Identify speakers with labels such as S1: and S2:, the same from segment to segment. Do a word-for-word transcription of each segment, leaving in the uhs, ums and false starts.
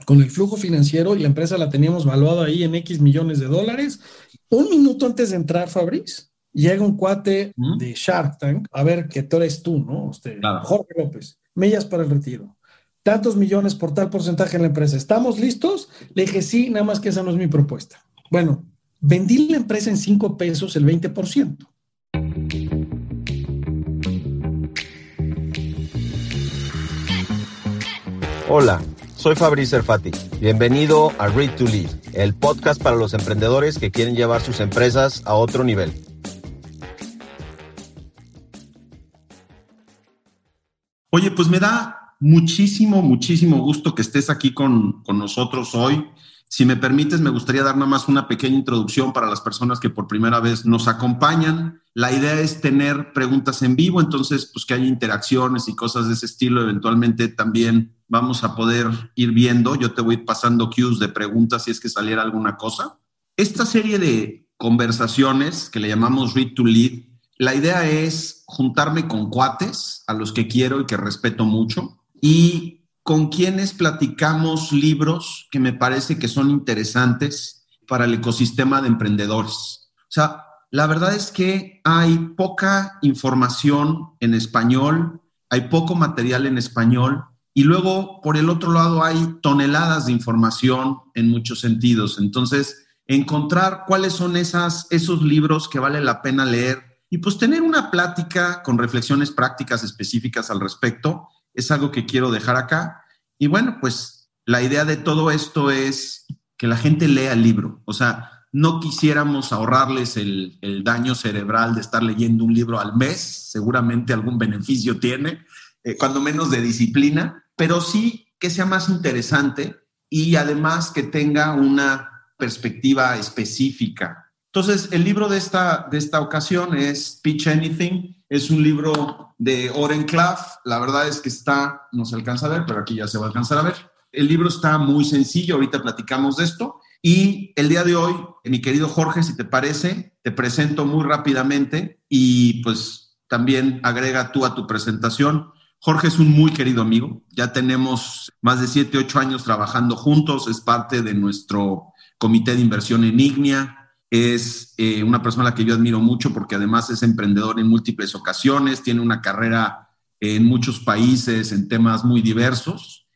S1: con el flujo financiero y la empresa la teníamos valuada ahí en X millones de dólares. Un minuto antes de entrar, Fabriz, llega un cuate
S2: ¿Mm?
S1: de Shark Tank, a ver que tú eres tú, ¿no? Este,
S2: Claro.
S1: Jorge López, millas para el retiro. Tantos millones por tal porcentaje en la empresa. ¿Estamos listos? Le dije, sí, nada más que esa no es mi propuesta. Bueno, vendí la empresa en cinco pesos el veinte por ciento.
S3: Hola, soy Fabriz Serfati. Bienvenido a Read to Lead, el podcast para los emprendedores que quieren llevar sus empresas a otro nivel.
S2: Oye, pues me da muchísimo, muchísimo gusto que estés aquí con, con nosotros hoy. Si me permites, me gustaría dar nada más una pequeña introducción para las personas que por primera vez nos acompañan. La idea es tener preguntas en vivo, entonces pues que haya interacciones y cosas de ese estilo. Eventualmente también vamos a poder ir viendo. Yo te voy pasando cues de preguntas si es que saliera alguna cosa. Esta serie de conversaciones que le llamamos Read to Lead, la idea es juntarme con cuates a los que quiero y que respeto mucho y con quienes platicamos libros que me parece que son interesantes para el ecosistema de emprendedores. O sea, la verdad es que hay poca información en español, hay poco material en español y luego, por el otro lado, hay toneladas de información en muchos sentidos. Entonces, encontrar cuáles son esas, esos libros que vale la pena leer y pues tener una plática con reflexiones prácticas específicas al respecto es algo que quiero dejar acá. Y bueno, pues la idea de todo esto es que la gente lea el libro. O sea, no quisiéramos ahorrarles el, el daño cerebral de estar leyendo un libro al mes. Seguramente algún beneficio tiene, eh, cuando menos de disciplina, pero sí que sea más interesante y además que tenga una perspectiva específica. Entonces, el libro de esta, de esta ocasión es Pitch Anything. Es un libro de Oren Klaff. La verdad es que está, no se alcanza a ver, pero aquí ya se va a alcanzar a ver. El libro está muy sencillo, ahorita platicamos de esto. Y el día de hoy, mi querido Jorge, si te parece, te presento muy rápidamente y pues también agrega tú a tu presentación. Jorge es un muy querido amigo. Ya tenemos más de siete, ocho años trabajando juntos. Es parte de nuestro comité de inversión en Ignia. Es eh, una persona a la que yo admiro mucho porque además es emprendedor en múltiples ocasiones, tiene una carrera en muchos países en temas muy diversos.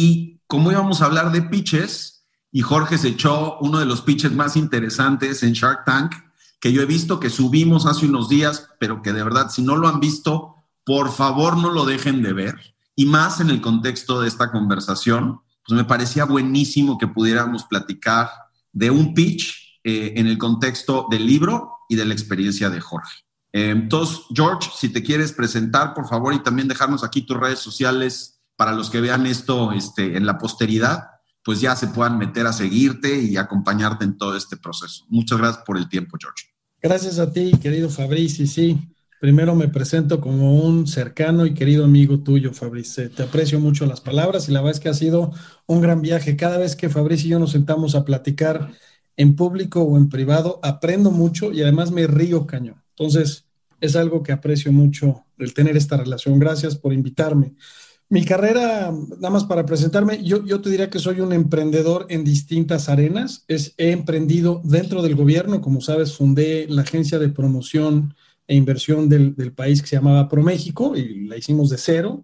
S2: Y como íbamos a hablar de pitches, y Jorge se echó uno de los pitches más interesantes en Shark Tank, que yo he visto que subimos hace unos días, pero que de verdad, si no lo han visto, por favor no lo dejen de ver. Y más en el contexto de esta conversación, pues me parecía buenísimo que pudiéramos platicar de un pitch Eh, en el contexto del libro y de la experiencia de Jorge. Eh, entonces, George, si te quieres presentar, por favor, y también dejarnos aquí tus redes sociales para los que vean esto este, en la posteridad, pues ya se puedan meter a seguirte y acompañarte en todo este proceso. Muchas gracias por el tiempo, George.
S1: Gracias a ti, querido Fabriz. Y sí, primero me presento como un cercano y querido amigo tuyo, Fabriz. Eh, te aprecio mucho las palabras y la verdad es que ha sido un gran viaje. Cada vez que Fabriz y yo nos sentamos a platicar en público o en privado, aprendo mucho y además me río cañón. Entonces, es algo que aprecio mucho el tener esta relación. Gracias por invitarme. Mi carrera, nada más para presentarme, yo, yo te diría que soy un emprendedor en distintas arenas. Es, he emprendido dentro del gobierno, como sabes, fundé la agencia de promoción e inversión del, del país que se llamaba ProMéxico y la hicimos de cero.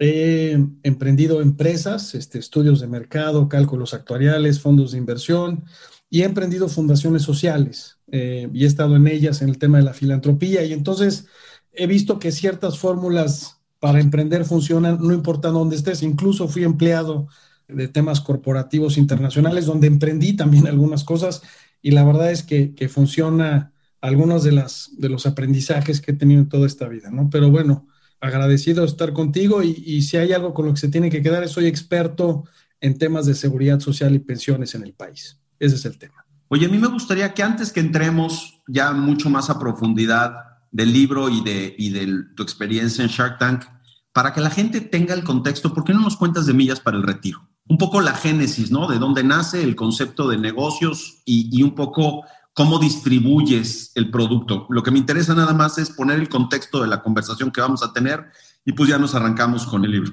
S1: He emprendido empresas, este, estudios de mercado, cálculos actuariales, fondos de inversión y he emprendido fundaciones sociales eh, y he estado en ellas en el tema de la filantropía y entonces he visto que ciertas fórmulas para emprender funcionan, no importa dónde estés. Incluso fui empleado de temas corporativos internacionales, donde emprendí también algunas cosas y la verdad es que, que funciona algunos de, las, de los aprendizajes que he tenido en toda esta vida, ¿no? Pero bueno, agradecido de estar contigo y, y si hay algo con lo que se tiene que quedar, soy experto en temas de seguridad social y pensiones en el país. Ese es el tema.
S2: Oye, a mí me gustaría que antes que entremos ya mucho más a profundidad del libro y de, y de tu experiencia en Shark Tank, para que la gente tenga el contexto, ¿por qué no nos cuentas de Millas para el Retiro? Un poco la génesis, ¿no? De dónde nace el concepto de negocios y, y un poco cómo distribuyes el producto. Lo que me interesa nada más es poner el contexto de la conversación que vamos a tener y pues ya nos arrancamos con el libro.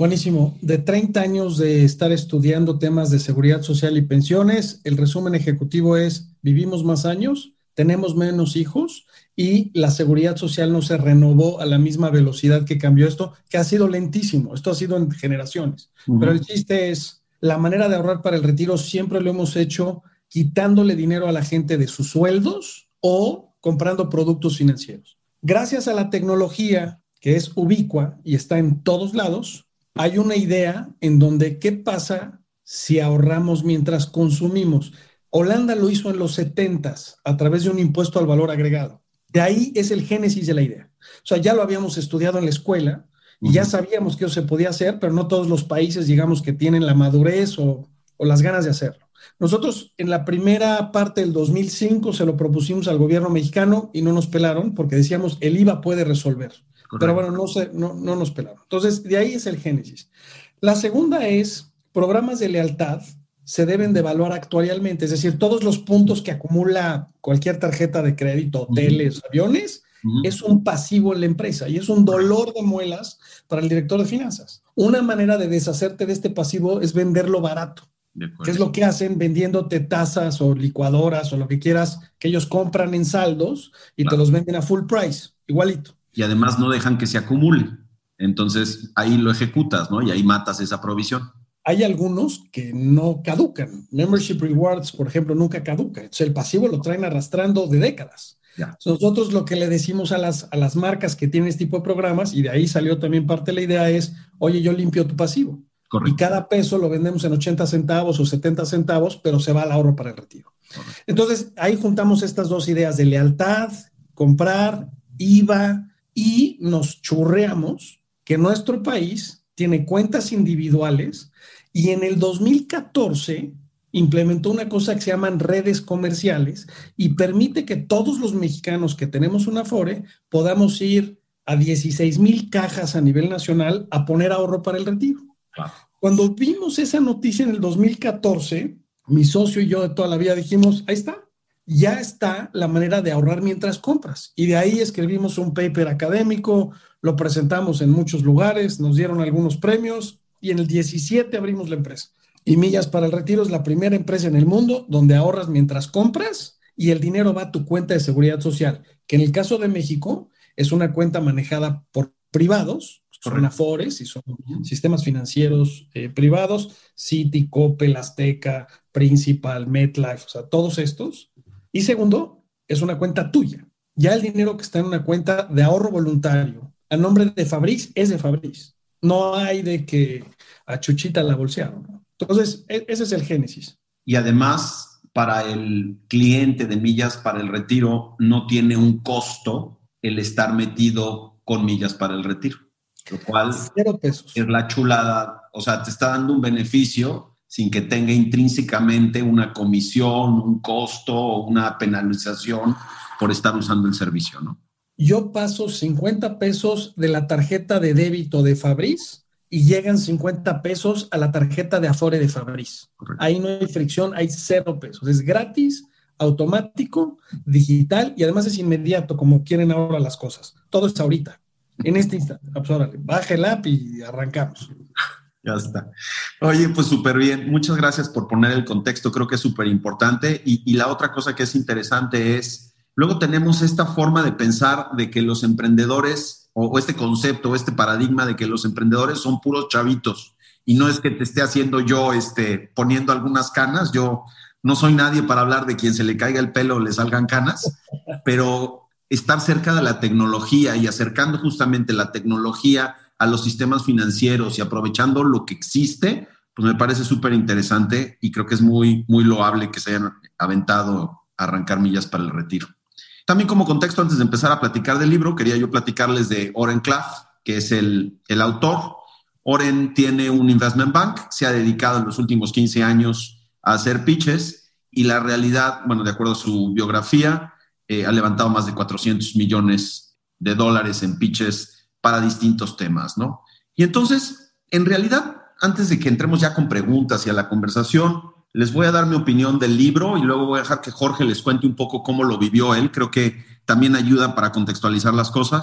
S1: Buenísimo. De treinta años de estar estudiando temas de seguridad social y pensiones, el resumen ejecutivo es: vivimos más años, tenemos menos hijos y la seguridad social no se renovó a la misma velocidad que cambió esto, que ha sido lentísimo. Esto ha sido en generaciones. Uh-huh. Pero el chiste es, la manera de ahorrar para el retiro siempre lo hemos hecho quitándole dinero a la gente de sus sueldos o comprando productos financieros. Gracias a la tecnología, que es ubicua y está en todos lados, hay una idea en donde ¿qué pasa si ahorramos mientras consumimos? Holanda lo hizo en los setentas a través de un impuesto al valor agregado. De ahí es el génesis de la idea. O sea, ya lo habíamos estudiado en la escuela y uh-huh. ya sabíamos que eso se podía hacer, pero no todos los países, digamos, que tienen la madurez o, o las ganas de hacerlo. Nosotros en la primera parte del dos mil cinco se lo propusimos al gobierno mexicano y no nos pelaron porque decíamos el I V A puede resolver. Correcto. Pero bueno, no, se, no, no nos pelaron. Entonces, de ahí es el génesis. La segunda es, programas de lealtad se deben de evaluar actuarialmente, es decir, todos los puntos que acumula cualquier tarjeta de crédito, hoteles, uh-huh. aviones, uh-huh. es un pasivo en la empresa y es un dolor de muelas para el director de finanzas. Una manera de deshacerte de este pasivo es venderlo barato. Que es lo que hacen vendiéndote tazas o licuadoras o lo que quieras, que ellos compran en saldos y claro. te los venden a full price, igualito.
S2: Y además no dejan que se acumule. Entonces ahí lo ejecutas, ¿no? Y ahí matas esa provisión.
S1: Hay algunos que no caducan. Membership Rewards, por ejemplo, nunca caduca. Entonces el pasivo lo traen arrastrando de décadas. Ya. Nosotros lo que le decimos a las, a las marcas que tienen este tipo de programas, y de ahí salió también parte de la idea, es, oye, yo limpio tu pasivo. Correcto. Y cada peso lo vendemos en ochenta centavos o setenta centavos, pero se va al ahorro para el retiro. Correcto. Entonces, ahí juntamos estas dos ideas de lealtad, comprar, I V A, y nos churreamos que nuestro país tiene cuentas individuales y en el dos mil catorce implementó una cosa que se llaman redes comerciales y permite que todos los mexicanos que tenemos una Afore podamos ir a dieciséis mil cajas a nivel nacional a poner ahorro para el retiro. Claro. Cuando vimos esa noticia en el dos mil catorce, mi socio y yo de toda la vida dijimos, ahí está, ya está la manera de ahorrar mientras compras. Y de ahí escribimos un paper académico, lo presentamos en muchos lugares, nos dieron algunos premios y en el diecisiete abrimos la empresa. Y Millas para el Retiro es la primera empresa en el mundo donde ahorras mientras compras y el dinero va a tu cuenta de seguridad social, que en el caso de México es una cuenta manejada por privados, son Afores y son sistemas financieros eh, privados, Citi, Coppel, Azteca, Principal, MetLife, o sea, todos estos. Y segundo, es una cuenta tuya. Ya el dinero que está en una cuenta de ahorro voluntario a nombre de Fabriz es de Fabriz. No hay de que a Chuchita la bolsearon, ¿no? Entonces, ese es el génesis.
S2: Y además, para el cliente de Millas para el Retiro, no tiene un costo el estar metido con Millas para el Retiro. Lo cual
S1: Cero pesos.
S2: Es la chulada, o sea, te está dando un beneficio sin que tenga intrínsecamente una comisión, un costo o una penalización por estar usando el servicio, ¿no?
S1: Yo paso cincuenta pesos de la tarjeta de débito de Fabriz y llegan cincuenta pesos a la tarjeta de Afore de Fabriz. Correcto. Ahí no hay fricción, hay cero pesos. Es gratis, automático, digital y además es inmediato, como quieren ahora las cosas. Todo es ahorita. En este instante, absórale, baje el app y arrancamos.
S2: Ya está. Oye, pues súper bien. Muchas gracias por poner el contexto. Creo que es súper importante. Y, y la otra cosa que es interesante es, luego tenemos esta forma de pensar de que los emprendedores, o, o este concepto, o este paradigma de que los emprendedores son puros chavitos. Y no es que te esté haciendo yo, este, poniendo algunas canas. Yo no soy nadie para hablar de quien se le caiga el pelo o le salgan canas, pero estar cerca de la tecnología y acercando justamente la tecnología a los sistemas financieros y aprovechando lo que existe, pues me parece súper interesante y creo que es muy, muy loable que se hayan aventado a arrancar Millas para el Retiro. También como contexto, antes de empezar a platicar del libro, quería yo platicarles de Oren Klaff, que es el, el autor. Oren tiene un investment bank, se ha dedicado en los últimos quince años a hacer pitches y la realidad, bueno, de acuerdo a su biografía, Eh, ha levantado más de cuatrocientos millones de dólares en pitches para distintos temas, ¿no? Y entonces, en realidad, antes de que entremos ya con preguntas y a la conversación, les voy a dar mi opinión del libro y luego voy a dejar que Jorge les cuente un poco cómo lo vivió él. Creo que también ayuda para contextualizar las cosas.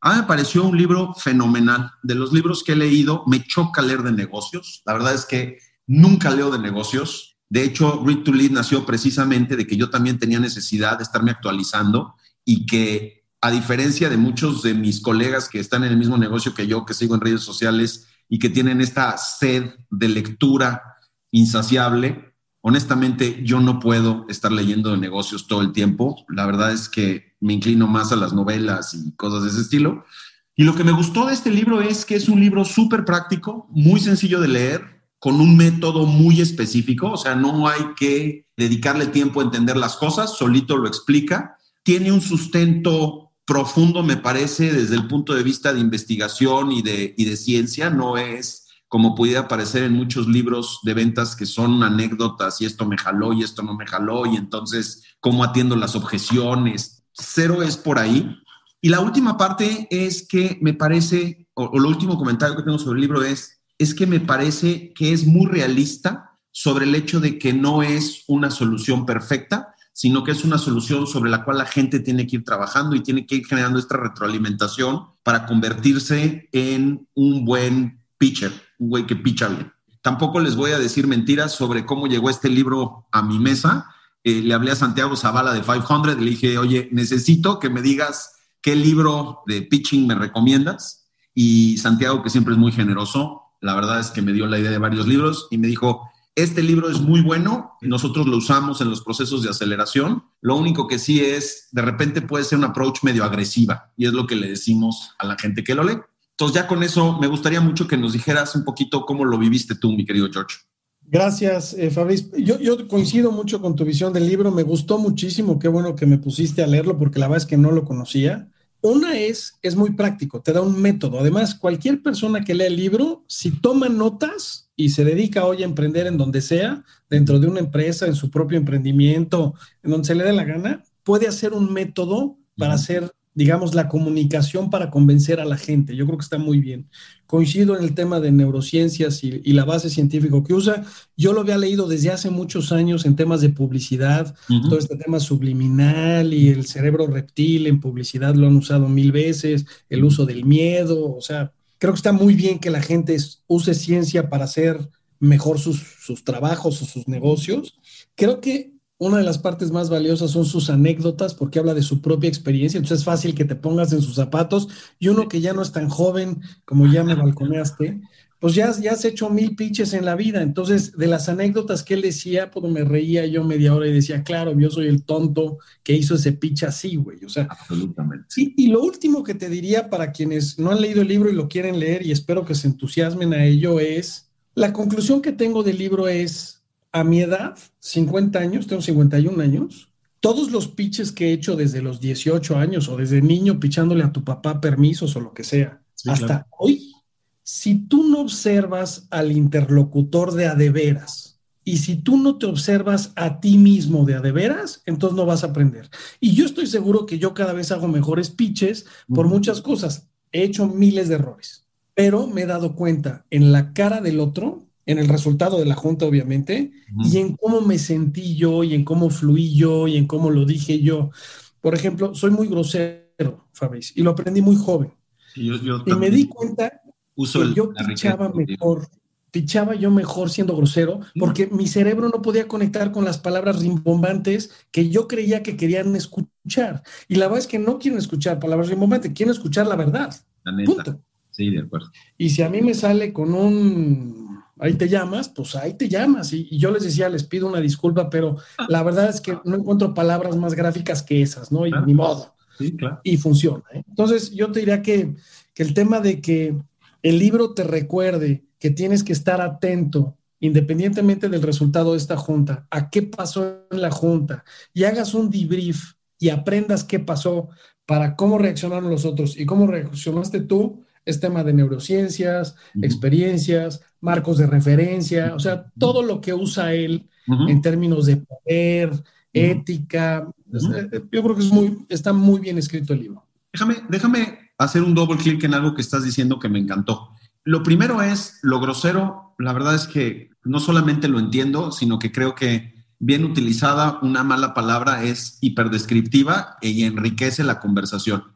S2: A mí me pareció un libro fenomenal. De los libros que he leído, me choca leer de negocios. La verdad es que nunca leo de negocios. De hecho, Read to Lead nació precisamente de que yo también tenía necesidad de estarme actualizando y que, a diferencia de muchos de mis colegas que están en el mismo negocio que yo, que sigo en redes sociales y que tienen esta sed de lectura insaciable, honestamente yo no puedo estar leyendo de negocios todo el tiempo. La verdad es que me inclino más a las novelas y cosas de ese estilo. Y lo que me gustó de este libro es que es un libro súper práctico, muy sencillo de leer, con un método muy específico. O sea, no hay que dedicarle tiempo a entender las cosas, solito lo explica. Tiene un sustento profundo, me parece, desde el punto de vista de investigación y de, y de ciencia. No es como pudiera parecer en muchos libros de ventas que son anécdotas y esto me jaló y esto no me jaló y entonces cómo atiendo las objeciones. Cero es por ahí. Y la última parte es que me parece, o, o el último comentario que tengo sobre el libro es, es que me parece que es muy realista sobre el hecho de que no es una solución perfecta, sino que es una solución sobre la cual la gente tiene que ir trabajando y tiene que ir generando esta retroalimentación para convertirse en un buen pitcher, un güey que picha bien. Tampoco les voy a decir mentiras sobre cómo llegó este libro a mi mesa. Eh, le hablé a Santiago Zavala de quinientos y le dije, oye, necesito que me digas qué libro de pitching me recomiendas. Y Santiago, que siempre es muy generoso, la verdad es que me dio la idea de varios libros y me dijo, este libro es muy bueno, nosotros lo usamos en los procesos de aceleración. Lo único que sí es, de repente puede ser un approach medio agresiva y es lo que le decimos a la gente que lo lee. Entonces, ya con eso, me gustaría mucho que nos dijeras un poquito cómo lo viviste tú, mi querido George.
S1: Gracias, eh, Fabriz. Yo, yo coincido mucho con tu visión del libro. Me gustó muchísimo. Qué bueno que me pusiste a leerlo porque la verdad es que no lo conocía. Una es, es muy práctico, te da un método. Además, cualquier persona que lea el libro, si toma notas y se dedica hoy a emprender en donde sea, dentro de una empresa, en su propio emprendimiento, en donde se le dé la gana, puede hacer un método para uh-huh. hacer, digamos, la comunicación para convencer a la gente. Yo creo que está muy bien. Coincido en el tema de neurociencias y, y la base científica que usa. Yo lo había leído desde hace muchos años en temas de publicidad, uh-huh. todo este tema subliminal y el cerebro reptil en publicidad lo han usado mil veces, el uso del miedo. O sea, creo que está muy bien que la gente use ciencia para hacer mejor sus, sus trabajos o sus negocios. Creo que una de las partes más valiosas son sus anécdotas porque habla de su propia experiencia, entonces es fácil que te pongas en sus zapatos y uno que ya no es tan joven como ya me balconeaste, pues ya, ya has hecho mil pitches en la vida, entonces de las anécdotas que él decía, pues me reía yo media hora y decía, claro, yo soy el tonto que hizo ese pitch así, güey, o sea.
S2: Absolutamente.
S1: Sí, y lo último que te diría para quienes no han leído el libro y lo quieren leer y espero que se entusiasmen a ello es, la conclusión que tengo del libro es, a mi edad, cincuenta años, tengo cincuenta y un años, todos los pitches que he hecho desde los dieciocho años o desde niño pichándole a tu papá permisos o lo que sea, sí, hasta claro. hoy, si tú no observas al interlocutor de a de veras y si tú no te observas a ti mismo de a de veras, entonces no vas a aprender. Y yo estoy seguro que yo cada vez hago mejores pitches por muchas cosas. He hecho miles de errores, pero me he dado cuenta en la cara del otro, en el resultado de la junta, obviamente, uh-huh. y en cómo me sentí yo, y en cómo fluí yo, y en cómo lo dije yo. Por ejemplo, soy muy grosero, Fabriz, y lo aprendí muy joven.
S2: Sí, yo, yo
S1: y me di cuenta
S2: uso
S1: que
S2: el,
S1: yo pichaba mejor, pichaba yo mejor siendo grosero, porque uh-huh. mi cerebro no podía conectar con las palabras rimbombantes que yo creía que querían escuchar. Y la verdad es que no quieren escuchar palabras rimbombantes, quieren escuchar la verdad.
S2: La neta.
S1: Punto.
S2: Sí, de acuerdo.
S1: Y si a mí me sale con un... ahí te llamas, pues ahí te llamas. Y, y yo les decía, les pido una disculpa, pero la verdad es que no encuentro palabras más gráficas que esas, ¿no? Y claro. ni modo.
S2: Sí, claro.
S1: Y funciona, ¿eh? Entonces, yo te diría que, que el tema de que el libro te recuerde que tienes que estar atento, independientemente del resultado de esta junta, a qué pasó en la junta, y hagas un debrief y aprendas qué pasó para cómo reaccionaron los otros y cómo reaccionaste tú, es tema de neurociencias, uh-huh. experiencias, marcos de referencia, o sea, todo lo que usa él uh-huh. en términos de poder, uh-huh. ética. Uh-huh. Yo creo que es muy, está muy bien escrito el libro.
S2: Déjame, déjame hacer un double clic en algo que estás diciendo que me encantó. Lo primero es, lo grosero, la verdad es que no solamente lo entiendo, sino que creo que bien utilizada, una mala palabra es hiperdescriptiva y enriquece la conversación.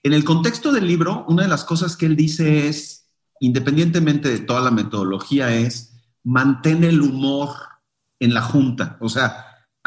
S2: En el contexto del libro, una de las cosas que él dice es, independientemente de toda la metodología, es mantén el humor en la junta. O sea,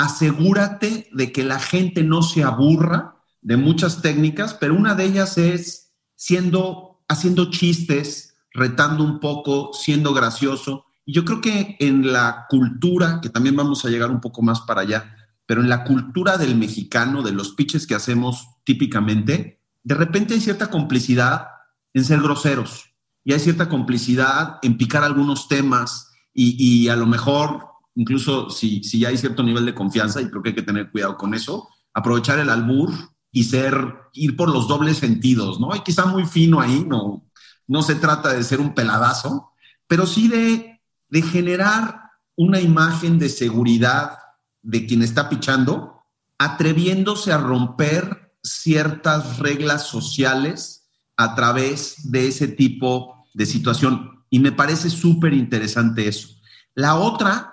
S2: asegúrate de que la gente no se aburra de muchas técnicas, pero una de ellas es siendo, haciendo chistes, retando un poco, siendo gracioso. Y yo creo que en la cultura, que también vamos a llegar un poco más para allá, pero en la cultura del mexicano, de los pitches que hacemos típicamente, de repente hay cierta complicidad en ser groseros y hay cierta complicidad en picar algunos temas y, y a lo mejor, incluso si, si ya hay cierto nivel de confianza, y creo que hay que tener cuidado con eso, aprovechar el albur y ser, ir por los dobles sentidos, ¿no? Y quizá muy fino ahí, no, no se trata de ser un peladazo, pero sí de, de generar una imagen de seguridad de quien está pichando, atreviéndose a romper ciertas reglas sociales a través de ese tipo de situación. Y me parece súper interesante eso. La otra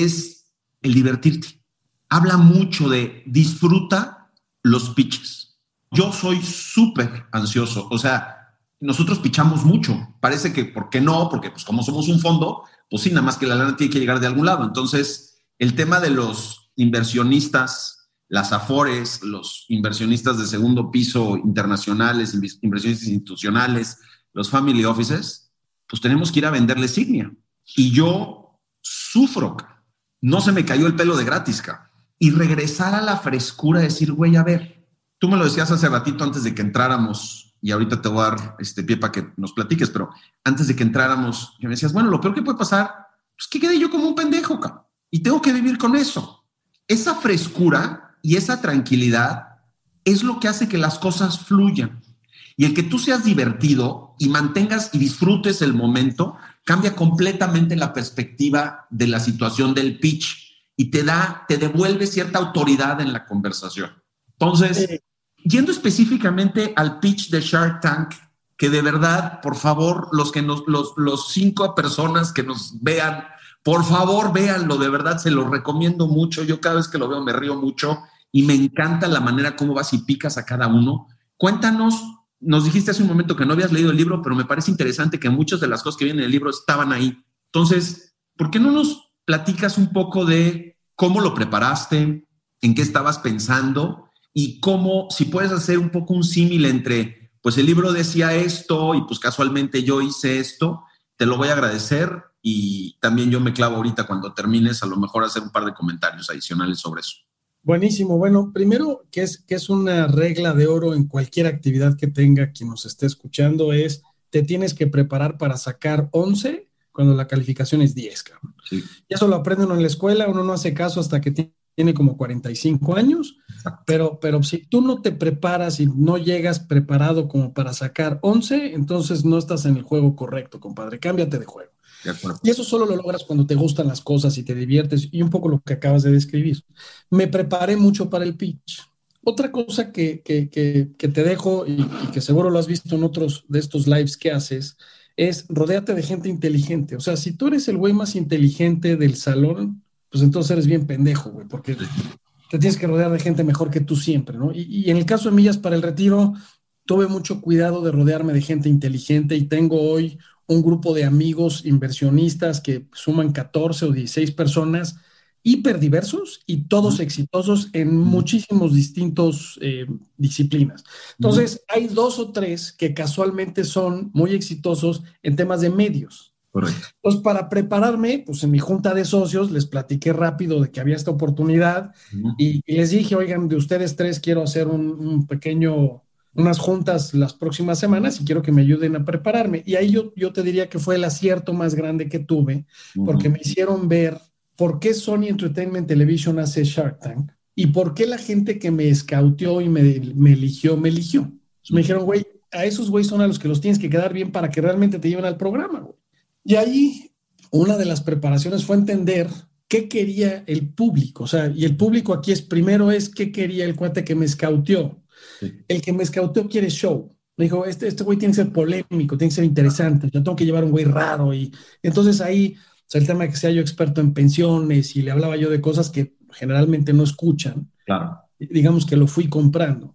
S2: es el divertirte. Habla mucho de disfruta los pitches. Yo soy súper ansioso. O sea, nosotros pichamos mucho. Parece que, ¿por qué no? Porque pues como somos un fondo, pues sí, nada más que la lana tiene que llegar de algún lado. Entonces, el tema de los inversionistas, las afores, los inversionistas de segundo piso internacionales, inversionistas institucionales, los family offices, pues tenemos que ir a venderles Signia. Y yo sufro, no se me cayó el pelo de gratis, cabrón. Y regresar a la frescura, decir, güey, a ver, tú me lo decías hace ratito antes de que entráramos, y ahorita te voy a dar este pie para que nos platiques, pero antes de que entráramos, me decías, bueno, lo peor que puede pasar es que quede yo como un pendejo, cabrón, y tengo que vivir con eso. Esa frescura y esa tranquilidad es lo que hace que las cosas fluyan. Y el que tú seas divertido y mantengas y disfrutes el momento cambia completamente la perspectiva de la situación del pitch y te da, te devuelve cierta autoridad en la conversación. Entonces, sí. Yendo específicamente al pitch de Shark Tank, que de verdad, por favor, los que nos, los, los cinco personas que nos vean, por favor, véanlo, de verdad, se lo recomiendo mucho. Yo cada vez que lo veo me río mucho y me encanta la manera como vas y picas a cada uno. Cuéntanos, nos dijiste hace un momento que no habías leído el libro, pero me parece interesante que muchas de las cosas que vienen en el libro estaban ahí. Entonces, ¿por qué no nos platicas un poco de cómo lo preparaste, en qué estabas pensando y cómo, si puedes hacer un poco un símil entre, pues el libro decía esto y pues casualmente yo hice esto, te lo voy a agradecer y también yo me clavo ahorita cuando termines a lo mejor hacer un par de comentarios adicionales sobre eso.
S1: Buenísimo. Bueno, primero, que es, que es una regla de oro en cualquier actividad que tenga quien nos esté escuchando, es te tienes que preparar para sacar once cuando la calificación es diez, cabrón. Sí. Y eso lo aprende uno en la escuela, uno no hace caso hasta que tiene como cuarenta y cinco años, pero, pero si tú no te preparas y no llegas preparado como para sacar once, entonces no estás en el juego correcto, compadre, cámbiate de juego. De acuerdo. Y eso solo lo logras cuando te gustan las cosas y te diviertes, y un poco lo que acabas de describir. Me preparé mucho para el pitch. Otra cosa que, que, que, que te dejo, y, y que seguro lo has visto en otros de estos lives que haces, es rodéate de gente inteligente. O sea, si tú eres el güey más inteligente del salón, pues entonces eres bien pendejo, güey, porque te tienes que rodear de gente mejor que tú siempre, ¿no? Y, y en el caso de Millas para el Retiro, tuve mucho cuidado de rodearme de gente inteligente y tengo hoy un grupo de amigos inversionistas que suman catorce o dieciséis personas hiperdiversos y todos uh-huh. exitosos en uh-huh. muchísimos distintos eh, disciplinas. Entonces, uh-huh. hay dos o tres que casualmente son muy exitosos en temas de medios.
S2: Correcto.
S1: Entonces, para prepararme, pues en mi junta de socios les platiqué rápido de que había esta oportunidad uh-huh. y, y les dije, oigan, de ustedes tres quiero hacer un, un pequeño, unas juntas las próximas semanas y quiero que me ayuden a prepararme. Y ahí yo, yo te diría que fue el acierto más grande que tuve, uh-huh. porque me hicieron ver por qué Sony Entertainment Television hace Shark Tank y por qué la gente que me escauteó y me, me eligió, me eligió. Entonces, uh-huh. me dijeron, güey, a esos güeyes son a los que los tienes que quedar bien para que realmente te lleven al programa, güey. Y ahí una de las preparaciones fue entender qué quería el público. O sea, y el público aquí es, primero es qué quería el cuate que me escauteó. Sí. El que me escauteó quiere show. Me dijo, este, este güey tiene que ser polémico, tiene que ser interesante, yo tengo que llevar un güey raro. Y entonces ahí, o sea, el tema de que sea yo experto en pensiones y le hablaba yo de cosas que generalmente no escuchan.
S2: Claro.
S1: Digamos que lo fui comprando.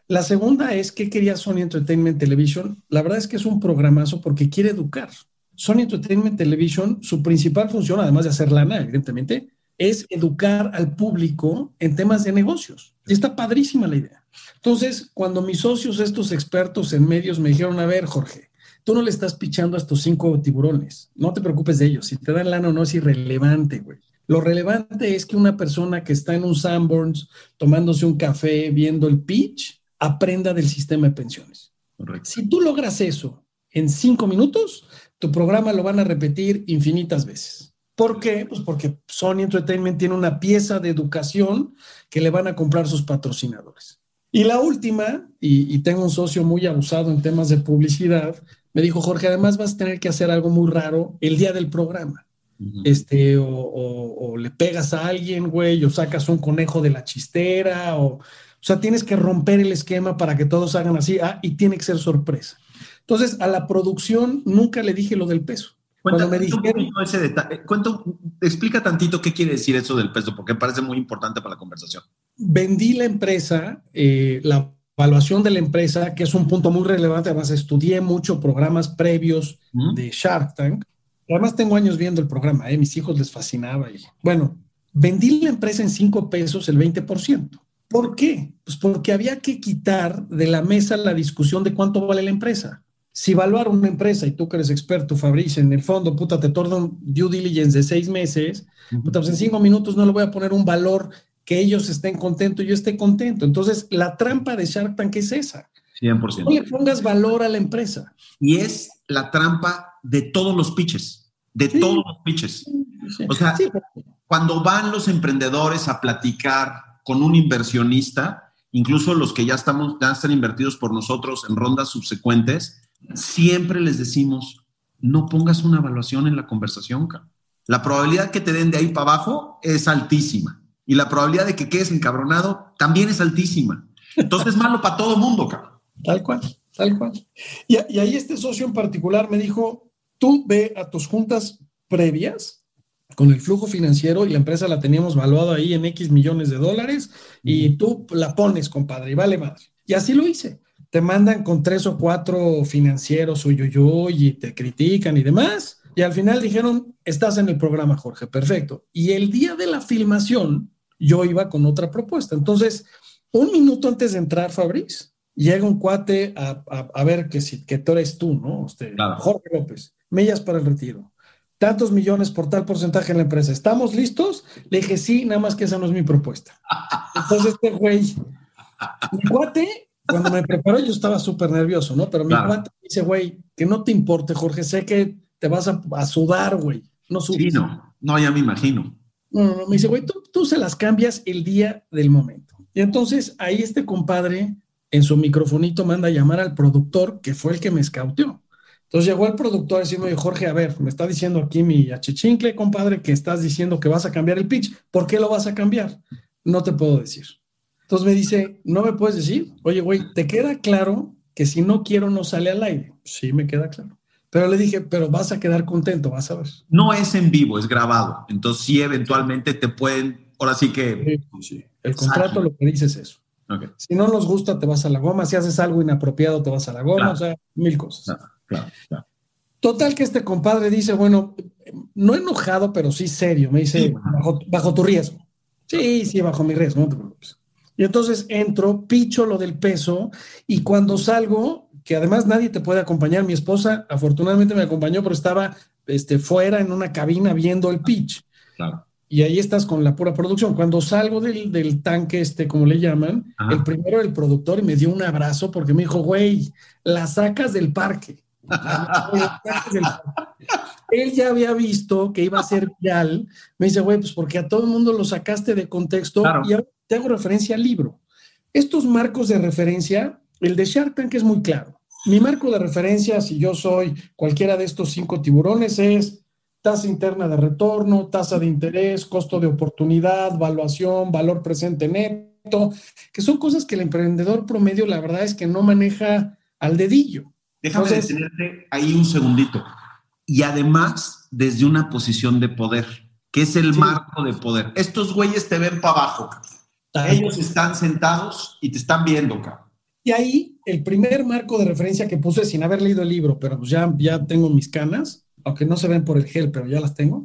S1: La segunda es ¿qué quería Sony Entertainment Television? La verdad es que es un programazo porque quiere educar. Sony Entertainment Television, su principal función, además de hacer lana, evidentemente, es educar al público en temas de negocios. Y está padrísima la idea. Entonces, cuando mis socios, estos expertos en medios, me dijeron, a ver, Jorge, tú no le estás pichando a estos cinco tiburones. No te preocupes de ellos. Si te dan lana o no es irrelevante, güey. Lo relevante es que una persona que está en un Sanborns tomándose un café, viendo el pitch, aprenda del sistema de pensiones. Correcto. Si tú logras eso en cinco minutos, tu programa lo van a repetir infinitas veces. ¿Por qué? Pues porque Sony Entertainment tiene una pieza de educación que le van a comprar sus patrocinadores. Y la última, y, y tengo un socio muy abusado en temas de publicidad, me dijo, Jorge, además vas a tener que hacer algo muy raro el día del programa. Uh-huh. Este, o, o, o le pegas a alguien, güey, o sacas un conejo de la chistera, o, o sea, tienes que romper el esquema para que todos hagan así, ah, y tiene que ser sorpresa. Entonces, a la producción nunca le dije lo del peso.
S2: Cuenta, Cuando me dijeron, un ese detalle. Cuento, explica tantito qué quiere decir eso del peso, porque me parece muy importante para la conversación.
S1: Vendí la empresa, eh, la evaluación de la empresa, que es un punto muy relevante. Además, estudié mucho programas previos ¿Mm? de Shark Tank. Además, tengo años viendo el programa, ¿eh? Mis hijos les fascinaba. Y, bueno, vendí la empresa en cinco pesos, el veinte por ciento. ¿Por qué? Pues porque había que quitar de la mesa la discusión de cuánto vale la empresa. Si evaluar una empresa, y tú que eres experto, Fabricio, en el fondo, puta, te torna un due diligence de seis meses, puta, pues en cinco minutos no le voy a poner un valor que ellos estén contentos y yo esté contento. Entonces, la trampa de Shark Tank es esa.
S2: cien por ciento.
S1: No le pongas valor a la empresa.
S2: Y es la trampa de todos los pitches, de sí. todos los pitches. Sí. O sea, sí. cuando van los emprendedores a platicar con un inversionista, incluso los que ya, estamos, ya están invertidos por nosotros en rondas subsecuentes, siempre les decimos, no pongas una evaluación en la conversación, cabrón. La probabilidad que te den de ahí para abajo es altísima. Y la probabilidad de que quedes encabronado también es altísima. Entonces es malo para todo el mundo, cabrón.
S1: Tal cual, tal cual. Y, y ahí este socio en particular me dijo, tú ve a tus juntas previas con el flujo financiero y la empresa la teníamos valuada ahí en X millones de dólares y tú la pones, compadre, y vale madre. Y así lo hice. Te mandan con tres o cuatro financieros uyuyuy y te critican y demás. Y al final dijeron, estás en el programa, Jorge, perfecto. Y el día de la filmación, yo iba con otra propuesta. Entonces, un minuto antes de entrar, Fabriz, llega un cuate a, a, a ver que, si, que tú eres tú, ¿no? Usted, claro. Jorge López, millas para el retiro. Tantos millones por tal porcentaje en la empresa. ¿Estamos listos? Le dije, sí, nada más que esa no es mi propuesta. Entonces, este güey, mi cuate... Cuando me preparó yo estaba súper nervioso, ¿no? Pero mi claro. cuate me dice, güey, que no te importe, Jorge, sé que te vas a, a sudar, güey. No subes.
S2: Sí, no, no, ya me imagino.
S1: No, no, no, me dice, güey, tú, tú se las cambias el día del momento. Y entonces ahí este compadre en su microfonito manda a llamar al productor, que fue el que me escauteó. Entonces llegó el productor a decirme, Jorge, a ver, me está diciendo aquí mi achichincle, compadre, que estás diciendo que vas a cambiar el pitch. ¿Por qué lo vas a cambiar? No te puedo decir. Entonces me dice, ¿no me puedes decir? Oye, güey, ¿te queda claro que si no quiero no sale al aire? Sí, me queda claro. Pero le dije, pero vas a quedar contento, vas a ver.
S2: No es en vivo, es grabado. Entonces sí, eventualmente te pueden, ahora sí que...
S1: Sí, sí. El contrato lo que dice es eso. Okay. Si no nos gusta, te vas a la goma. Si haces algo inapropiado, te vas a la goma. Claro. O sea, mil cosas.
S2: Claro, claro, claro.
S1: Total que este compadre dice, bueno, no enojado, pero sí serio. Me dice, sí, bueno. bajo, bajo tu riesgo. Sí, sí, bajo mi riesgo, no te preocupes. Y entonces entro, picho lo del peso y cuando salgo, que además nadie te puede acompañar, mi esposa afortunadamente me acompañó, pero estaba este, fuera en una cabina viendo el pitch.
S2: Claro.
S1: Y ahí estás con la pura producción. Cuando salgo del, del tanque, este, como le llaman, ajá, el primero era el productor y me dio un abrazo porque me dijo, güey, la sacas del parque. Él ya había visto que iba a ser viral. Me dice, güey, pues porque a todo el mundo lo sacaste de contexto, claro, y ahora te hago referencia al libro. Estos marcos de referencia, el de Shark Tank es muy claro. Mi marco de referencia, si yo soy cualquiera de estos cinco tiburones, es tasa interna de retorno, tasa de interés, costo de oportunidad, valuación, valor presente neto, que son cosas que el emprendedor promedio, la verdad es que no maneja al dedillo.
S2: Déjame Entonces, detenerte ahí un segundito. Y además, desde una posición de poder, que es el sí. marco de poder. Estos güeyes te ven para abajo, cabrón. Ellos están sentados y te están viendo, cabrón.
S1: Y ahí, el primer marco de referencia que puse sin haber leído el libro, pero pues ya, ya tengo mis canas, aunque no se ven por el gel, pero ya las tengo,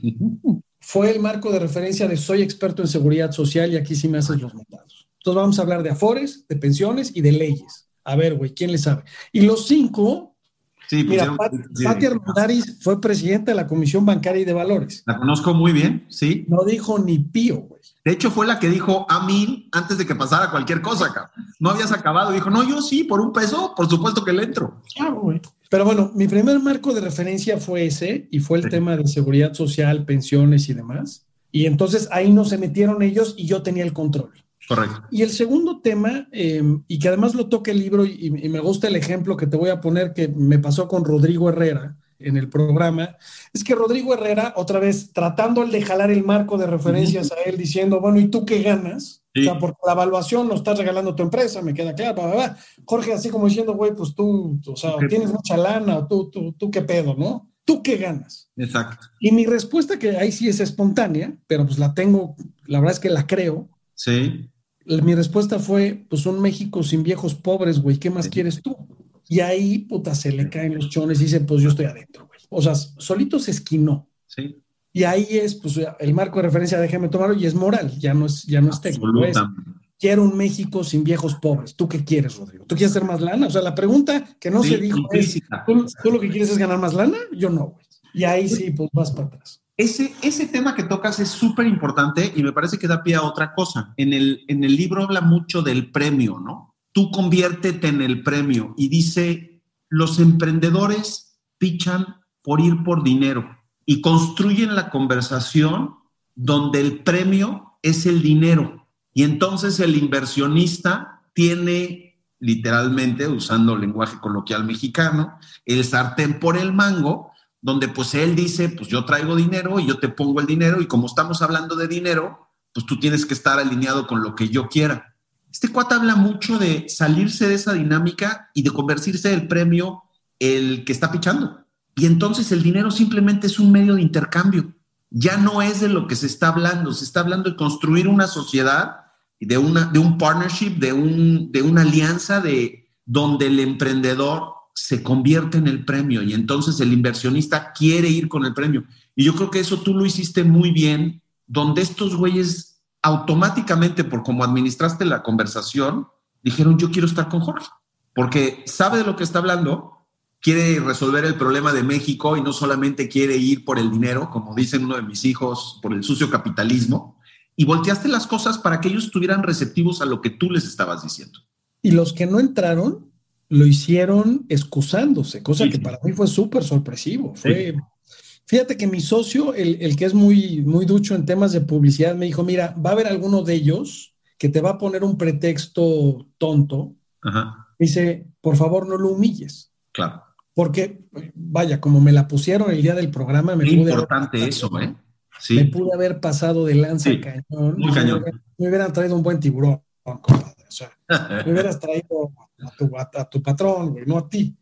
S1: fue el marco de referencia de soy experto en seguridad social y aquí sí me haces los mandados. Entonces vamos a hablar de afores, de pensiones y de leyes. A ver, güey, ¿quién le sabe? Y los cinco,
S2: Sí, pues
S1: mira,
S2: yo,
S1: Pat,
S2: sí,
S1: Pati Armendariz fue presidenta de la Comisión Bancaria y de Valores.
S2: la conozco muy bien, sí.
S1: No dijo ni pío, güey.
S2: De hecho, fue la que dijo a mí antes de que pasara cualquier cosa, cabrón. No habías acabado. Dijo, no, yo sí, por un peso, por supuesto que le entro.
S1: Claro, güey. Pero bueno, mi primer marco de referencia fue ese y fue el
S2: Sí.
S1: tema de seguridad social, pensiones y demás. Y entonces ahí no se metieron ellos y yo tenía el control.
S2: Correcto.
S1: Y el segundo tema, eh, y que además lo toca el libro, y, y me gusta el ejemplo que te voy a poner que me pasó con Rodrigo Herrera en el programa, es que Rodrigo Herrera, otra vez, tratando el de jalar el marco de referencias uh-huh. a él, diciendo, bueno, ¿y tú qué ganas? Sí. O sea, porque la evaluación lo estás regalando tu empresa, me queda claro, bla, bla, bla. Jorge, así como diciendo, güey, pues tú, o sea, okay. tienes mucha lana, o tú, tú, tú qué pedo, ¿no? ¿Tú qué ganas?
S2: Exacto.
S1: Y mi respuesta, que ahí sí es espontánea, pero pues la tengo, la verdad es que la creo.
S2: Sí.
S1: Mi respuesta fue, pues un México sin viejos pobres, güey, ¿qué más sí. quieres tú? Y ahí, puta, se le caen los chones y dice, pues yo estoy adentro, güey. O sea, solito se esquinó.
S2: Sí.
S1: Y ahí es, pues, el marco de referencia, déjame tomarlo, y es moral, ya no es, ya no es técnico. Es, quiero un México sin viejos pobres. ¿Tú qué quieres, Rodrigo? ¿Tú quieres hacer más lana? O sea, la pregunta que no sí, se dijo implícita. es, ¿tú, ¿tú lo que quieres es ganar más lana? Yo no, güey. Y ahí sí, pues vas para atrás.
S2: Ese, ese tema que tocas es súper importante y me parece que da pie a otra cosa. En el, en el libro habla mucho del premio, ¿no? Tú conviértete en el premio y dice, los emprendedores pichan por ir por dinero y construyen la conversación donde el premio es el dinero. Y entonces el inversionista tiene, literalmente, usando lenguaje coloquial mexicano, el sartén por el mango, donde pues él dice, pues yo traigo dinero y yo te pongo el dinero y como estamos hablando de dinero, pues tú tienes que estar alineado con lo que yo quiera. Este cuate habla mucho de salirse de esa dinámica y de convertirse el premio el que está pichando. Y entonces el dinero simplemente es un medio de intercambio. Ya no es de lo que se está hablando, se está hablando de construir una sociedad, de, una, de un partnership, de, un, de una alianza de, donde el emprendedor se convierte en el premio y entonces el inversionista quiere ir con el premio. Y yo creo que eso tú lo hiciste muy bien, donde estos güeyes automáticamente, por cómo administraste la conversación, dijeron, yo quiero estar con Jorge, porque sabe de lo que está hablando, quiere resolver el problema de México y no solamente quiere ir por el dinero, como dicen uno de mis hijos, por el sucio capitalismo, y volteaste las cosas para que ellos estuvieran receptivos a lo que tú les estabas diciendo.
S1: Y los que no entraron lo hicieron excusándose, cosa sí, que sí. para mí fue súper sorpresivo. Fue, sí. Fíjate que mi socio, el, el que es muy, muy ducho en temas de publicidad, me dijo, mira, va a haber alguno de ellos que te va a poner un pretexto tonto.
S2: Ajá.
S1: Dice, por favor, no lo humilles.
S2: Claro.
S1: Porque, vaya, como me la pusieron el día del programa, me
S2: Muy
S1: pude
S2: importante haber, eso, ¿eh?
S1: Sí. Me pude haber pasado de lanza
S2: sí.
S1: cañón.
S2: Muy cañón.
S1: Me, me hubieran traído un buen tiburón, compadre. O sea, me hubieras traído a tu, a, a tu patrón, güey, no a ti.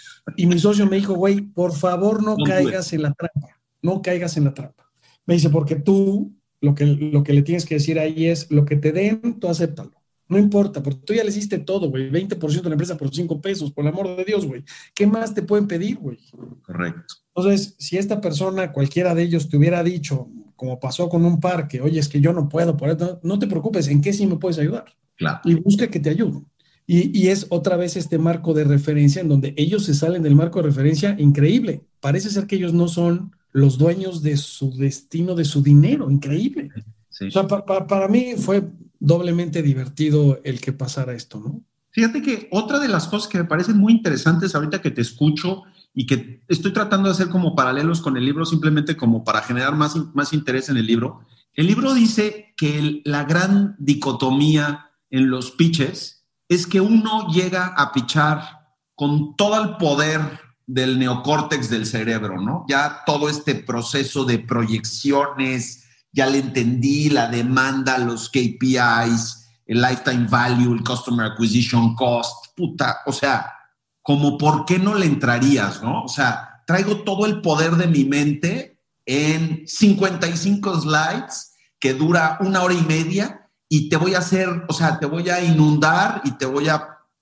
S1: Y mi socio me dijo, güey, por favor no, no caigas puede. en la trampa, no caigas en la trampa. Me dice, porque tú lo que, lo que le tienes que decir ahí es, lo que te den, tú acéptalo. No importa, porque tú ya le hiciste todo, güey, veinte por ciento de la empresa por cinco pesos, por el amor de Dios, güey. ¿Qué más te pueden pedir, güey?
S2: Correcto.
S1: Entonces, si esta persona, cualquiera de ellos, te hubiera dicho, como pasó con un par, que, oye, es que yo no puedo, por eso, no te preocupes, ¿en qué sí me puedes ayudar?
S2: Claro.
S1: Y busca que te ayuden. Y, y es otra vez este marco de referencia en donde ellos se salen del marco de referencia increíble. Parece ser que ellos no son los dueños de su destino, de su dinero. Increíble. Sí. O sea, pa, pa, para mí fue doblemente divertido el que pasara esto, ¿no?
S2: Fíjate que otra de las cosas que me parecen muy interesantes ahorita que te escucho y que estoy tratando de hacer como paralelos con el libro simplemente como para generar más, más interés en el libro. El libro dice que el, la gran dicotomía en los pitches es que uno llega a pitchar con todo el poder del neocórtex del cerebro, ¿no? Ya todo este proceso de proyecciones, ya le entendí la demanda, los K P Is, el lifetime value, el customer acquisition cost, puta, o sea, como por qué no le entrarías, ¿no? O sea, traigo todo el poder de mi mente en cincuenta y cinco slides que dura una hora y media y te voy a hacer, o sea, te voy a inundar y te voy a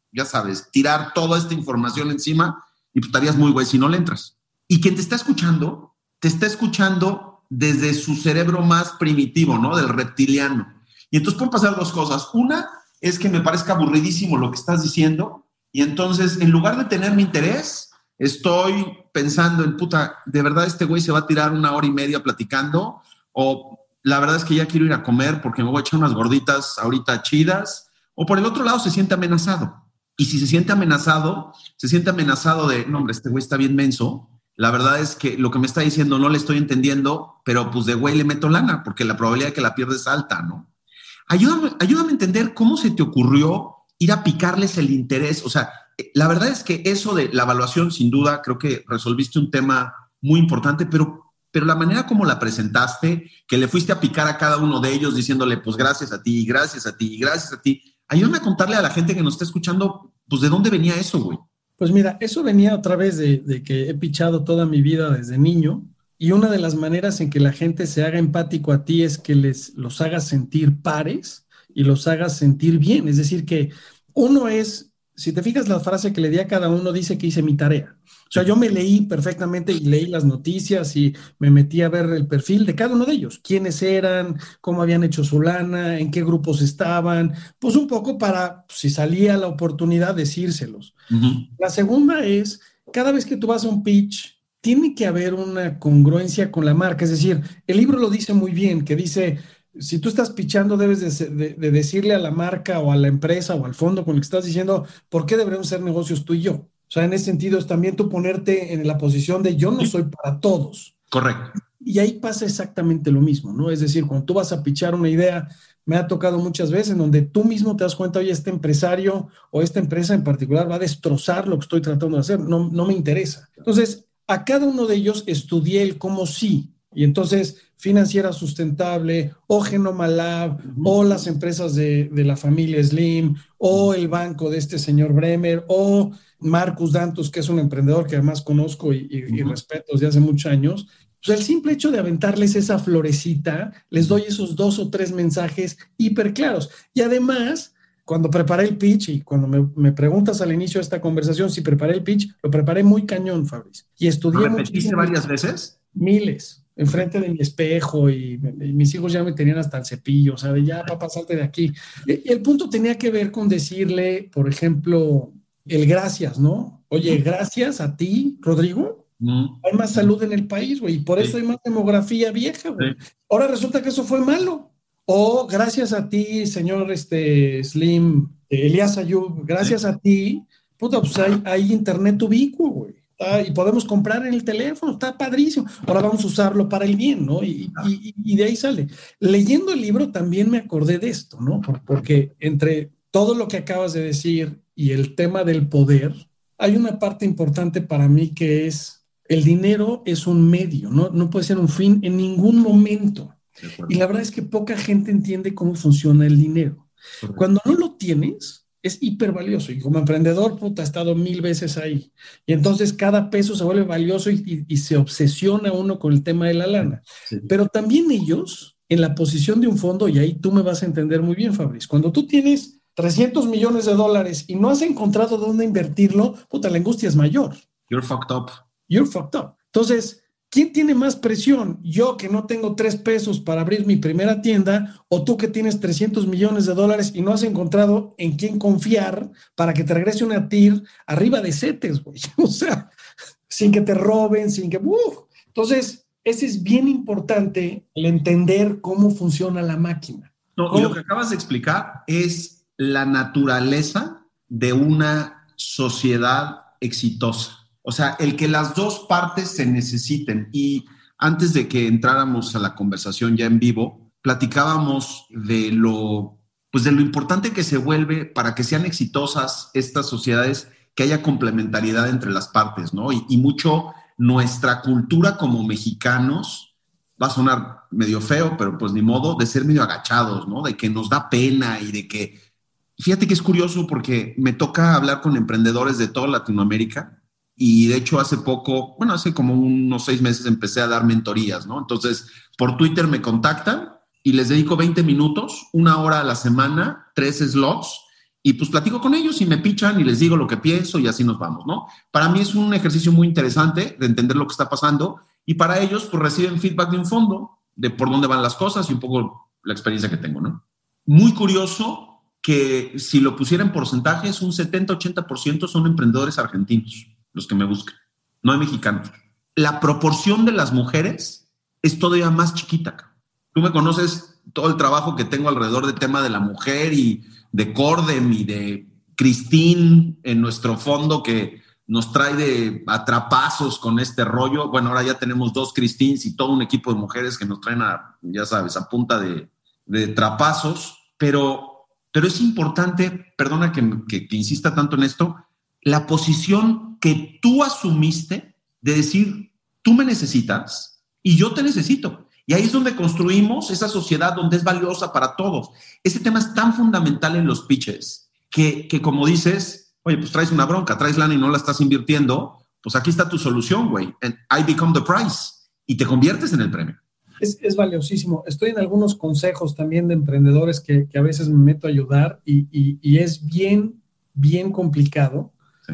S2: ya sabes, tirar toda esta información encima y pues estarías muy güey si no le entras. Y quien te está escuchando, te está escuchando desde su cerebro más primitivo, ¿no? Del reptiliano. Y entonces pueden pasar dos cosas. Una es que me parezca aburridísimo lo que estás diciendo y entonces en lugar de tener mi interés, estoy pensando en, puta, ¿de verdad este güey se va a tirar una hora y media platicando? O la verdad es que ya quiero ir a comer porque me voy a echar unas gorditas ahorita chidas. O por el otro lado se siente amenazado. Y si se siente amenazado, se siente amenazado de, no hombre, este güey está bien menso. La verdad es que lo que me está diciendo no le estoy entendiendo, pero pues de güey le meto lana porque la probabilidad de que la pierda es alta, ¿no? Ayúdame, ayúdame a entender cómo se te ocurrió ir a picarles el interés. O sea, la verdad es que eso de la evaluación, sin duda, creo que resolviste un tema muy importante, pero, pero la manera como la presentaste, que le fuiste a picar a cada uno de ellos diciéndole, pues gracias a ti, gracias a ti, gracias a ti. Ayúdame a contarle a la gente que nos está escuchando, pues de dónde venía eso, güey.
S1: Pues mira, eso venía otra vez de, de que he pichado toda mi vida desde niño. Y una de las maneras en que la gente se haga empático a ti es que les, los hagas sentir pares y los hagas sentir bien. Es decir, que uno es, si te fijas la frase que le di a cada uno, dice que hice mi tarea. O sea, yo me leí perfectamente y leí las noticias y me metí a ver el perfil de cada uno de ellos. Quiénes eran, cómo habían hecho su lana, en qué grupos estaban. Pues un poco para, si salía la oportunidad, decírselos. Uh-huh. La segunda es, cada vez que tú vas a un pitch, tiene que haber una congruencia con la marca. Es decir, el libro lo dice muy bien, que dice, si tú estás pitchando, debes de, de, de decirle a la marca o a la empresa o al fondo con el que estás diciendo por qué deberíamos ser negocios tú y yo. O sea, en ese sentido es también tú ponerte en la posición de yo no soy para todos.
S2: Correcto.
S1: Y ahí pasa exactamente lo mismo, ¿no? Es decir, cuando tú vas a pitchar una idea, me ha tocado muchas veces en donde tú mismo te das cuenta, oye, este empresario o esta empresa en particular va a destrozar lo que estoy tratando de hacer, no, no me interesa. Entonces, a cada uno de ellos estudié el cómo sí. Y entonces, Financiera Sustentable, o Genoma Lab, o las empresas de, de la familia Slim, o el banco de este señor Bremer, o Marcus Dantus, que es un emprendedor que además conozco y, y, uh-huh. y respeto desde hace muchos años. Pues el simple hecho de aventarles esa florecita, les doy esos dos o tres mensajes hiper claros. Y además, cuando preparé el pitch, y cuando me, me preguntas al inicio de esta conversación si preparé el pitch, lo preparé muy cañón, Fabriz. Y estudié
S2: ¿Lo repetiste varias veces?
S1: Miles. Enfrente de mi espejo y, y mis hijos ya me tenían hasta el cepillo, o sea, de ya, papá, salte de aquí. Y, y el punto tenía que ver con decirle, por ejemplo, el gracias, ¿no? Oye, gracias a ti, Rodrigo, mm. hay más salud en el país, güey, y por eso sí. hay más demografía vieja, güey. Sí. Ahora resulta que eso fue malo. O gracias a ti, señor este, Slim, Elías Ayub, gracias sí. a ti, puta, pues hay, hay internet ubicuo, güey. Ah, y podemos comprar en el teléfono, está padrísimo. Ahora vamos a usarlo para el bien, ¿no? Y, y, y de ahí sale. Leyendo el libro también me acordé de esto, ¿no? Porque entre todo lo que acabas de decir y el tema del poder, hay una parte importante para mí que es el dinero es un medio, ¿no? No puede ser un fin en ningún momento. Y la verdad es que poca gente entiende cómo funciona el dinero. Correcto. Cuando no lo tienes, es hiper valioso. Y como emprendedor, puta, he estado mil veces ahí. Y entonces cada peso se vuelve valioso y, y, y se obsesiona uno con el tema de la lana. Sí. Pero también ellos, en la posición de un fondo, y ahí tú me vas a entender muy bien, Fabriz, cuando tú tienes trescientos millones de dólares y no has encontrado dónde invertirlo, puta, la angustia es mayor.
S2: You're fucked up.
S1: You're fucked up. Entonces, ¿quién tiene más presión? ¿Yo que no tengo tres pesos para abrir mi primera tienda o tú que tienes trescientos millones de dólares y no has encontrado en quién confiar para que te regrese una T I R arriba de CETES, güey? O sea, sin que te roben, sin que... ¡Uf! Entonces, ese es bien importante, el entender cómo funciona la máquina.
S2: No, y lo que acabas de explicar es la naturaleza de una sociedad exitosa. O sea, el que las dos partes se necesiten. Y antes de que entráramos a la conversación ya en vivo, platicábamos de lo, pues de lo importante que se vuelve para que sean exitosas estas sociedades, que haya complementariedad entre las partes, ¿no? Y, y mucho nuestra cultura como mexicanos, va a sonar medio feo, pero pues ni modo, de ser medio agachados, ¿no? De que nos da pena y de que... Fíjate que es curioso porque me toca hablar con emprendedores de toda Latinoamérica. Y de hecho hace poco, bueno, hace como unos seis meses empecé a dar mentorías, ¿no? Entonces, por Twitter me contactan y les dedico veinte minutos, una hora a la semana, tres slots, y pues platico con ellos y me pichan y les digo lo que pienso y así nos vamos, ¿no? Para mí es un ejercicio muy interesante de entender lo que está pasando y para ellos pues reciben feedback de un fondo de por dónde van las cosas y un poco la experiencia que tengo, ¿no? Muy curioso que si lo pusiera en porcentajes, un setenta ochenta por ciento son emprendedores argentinos los que me buscan, no hay mexicanos. La proporción de las mujeres es todavía más chiquita. Tú me conoces todo el trabajo que tengo alrededor del tema de la mujer y de Cordem y de Christine en nuestro fondo que nos trae de atrapazos con este rollo. Bueno, ahora ya tenemos dos Christines y todo un equipo de mujeres que nos traen a, ya sabes, a punta de, de trapazos, pero, pero es importante, perdona que, que, que insista tanto en esto, la posición que tú asumiste de decir, tú me necesitas y yo te necesito. Y ahí es donde construimos esa sociedad donde es valiosa para todos. Ese tema es tan fundamental en los pitches que, que como dices, oye, pues traes una bronca, traes lana y no la estás invirtiendo, pues aquí está tu solución, güey. And I become the prize. Y te conviertes en el premio.
S1: Es, es valiosísimo. Estoy en algunos consejos también de emprendedores que, que a veces me meto a ayudar y, y, y es bien, bien complicado sí.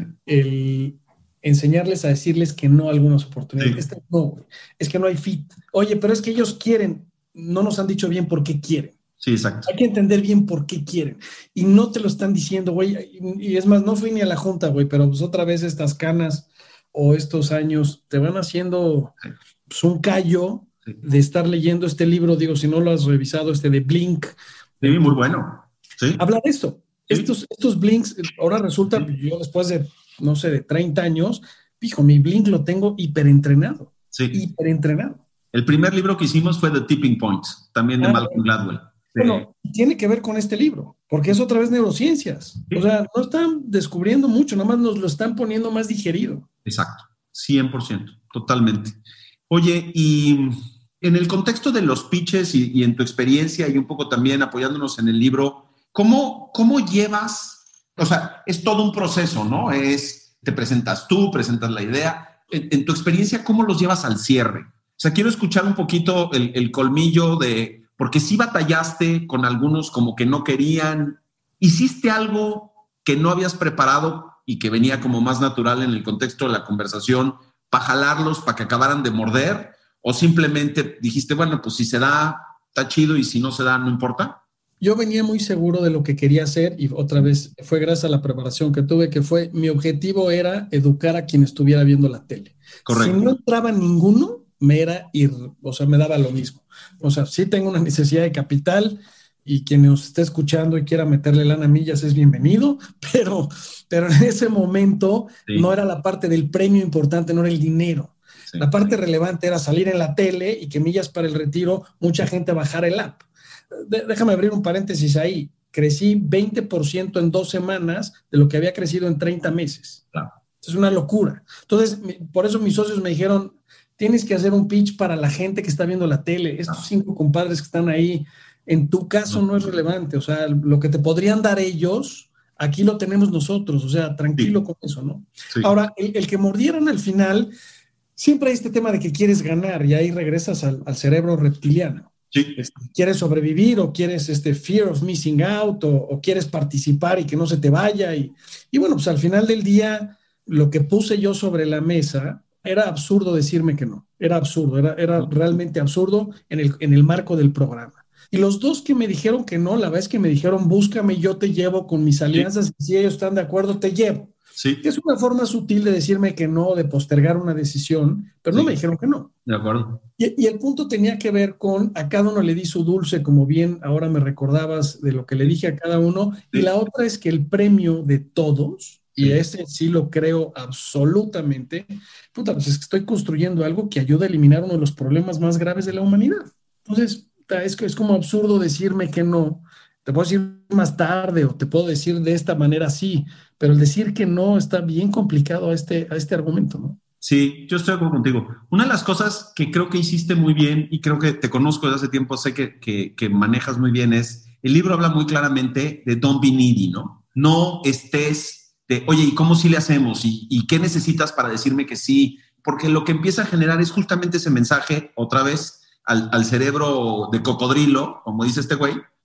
S1: el enseñarles a decirles que no a algunas oportunidades. Sí. Este, no, güey. Es que no hay fit. Oye, pero es que ellos quieren. No nos han dicho bien por qué quieren.
S2: Sí, exacto.
S1: Hay que entender bien por qué quieren. Y no te lo están diciendo, güey. Y, y es más, no fui ni a la junta, güey, pero pues otra vez estas canas o estos años te van haciendo sí. pues, un callo sí. de estar leyendo este libro. Digo, si no lo has revisado, este de Blink.
S2: Sí, de, muy bueno. Sí.
S1: Habla de esto. Sí. Estos, estos Blinks, ahora resulta, sí. yo después de no sé, de treinta años, fijo, mi Blink lo tengo hiperentrenado.
S2: Sí.
S1: Hiperentrenado.
S2: El primer libro que hicimos fue The Tipping Point, también de ah, Malcolm Gladwell.
S1: Bueno, sí. tiene que ver con este libro, porque es otra vez neurociencias. Sí. O sea, no están descubriendo mucho, nomás nos lo están poniendo más digerido.
S2: Exacto, cien por ciento, totalmente. Oye, y en el contexto de los pitches y, y en tu experiencia y un poco también apoyándonos en el libro, ¿cómo, cómo llevas... O sea, es todo un proceso, ¿no? Es, te presentas tú, presentas la idea. En, en tu experiencia, ¿cómo los llevas al cierre? O sea, quiero escuchar un poquito el, el colmillo de... Porque sí batallaste con algunos como que no querían. ¿Hiciste algo que no habías preparado y que venía como más natural en el contexto de la conversación para jalarlos, para que acabaran de morder? ¿O simplemente dijiste, bueno, pues si se da, está chido y si no se da, no importa?
S1: Yo venía muy seguro de lo que quería hacer y otra vez fue gracias a la preparación que tuve, que fue, mi objetivo era educar a quien estuviera viendo la tele.
S2: Correcto.
S1: Si no entraba ninguno, me era ir, o sea, me daba lo mismo. O sea, sí tengo una necesidad de capital y quien nos esté escuchando y quiera meterle lana a millas es bienvenido, pero, pero en ese momento sí. no era la parte del premio importante, no era el dinero. Sí. La parte relevante era salir en la tele y que Millas para el Retiro, mucha gente bajara el app. Déjame abrir un paréntesis ahí. Crecí veinte por ciento en dos semanas de lo que había crecido en treinta meses.
S2: Claro.
S1: Es una locura. Entonces, por eso mis socios me dijeron, tienes que hacer un pitch para la gente que está viendo la tele. Estos claro. cinco compadres que están ahí, en tu caso no, no es relevante. O sea, lo que te podrían dar ellos, aquí lo tenemos nosotros. O sea, tranquilo sí. con eso, ¿no? Sí. Ahora, el, el que mordieran al final, siempre hay este tema de que quieres ganar y ahí regresas al, al cerebro reptiliano.
S2: Sí.
S1: Este, ¿Quieres sobrevivir o quieres este fear of missing out o, o quieres participar y que no se te vaya? Y, y bueno, pues al final del día, lo que puse yo sobre la mesa era absurdo decirme que no. Era absurdo, era, era realmente absurdo en el, en el marco del programa. Y los dos que me dijeron que no, la verdad es que me dijeron, búscame, yo te llevo con mis alianzas. Sí. Y si ellos están de acuerdo, te llevo.
S2: Sí.
S1: Es una forma sutil de decirme que no, de postergar una decisión, pero sí. no me dijeron que no.
S2: De acuerdo.
S1: Y, y el punto tenía que ver con, a cada uno le di su dulce, como bien ahora me recordabas de lo que le dije a cada uno, sí. y la otra es que el premio de todos, sí. y ese sí lo creo absolutamente, puta, pues es que estoy construyendo algo que ayuda a eliminar uno de los problemas más graves de la humanidad. Entonces, es, es como absurdo decirme que no. Te puedo decir más tarde o te puedo decir de esta manera sí, pero el decir que no está bien complicado a este, a este argumento, ¿no?
S2: Sí, yo estoy de acuerdo contigo. Una de las cosas que creo que hiciste muy bien y creo que te conozco desde hace tiempo, sé que, que, que manejas muy bien es, el libro habla muy claramente de don't be needy, ¿no? No estés de, oye, ¿y cómo sí le hacemos? ¿Y, y qué necesitas para decirme que sí? Porque lo que empieza a generar es justamente ese mensaje, otra vez, al, al cerebro de cocodrilo, como dice este güey,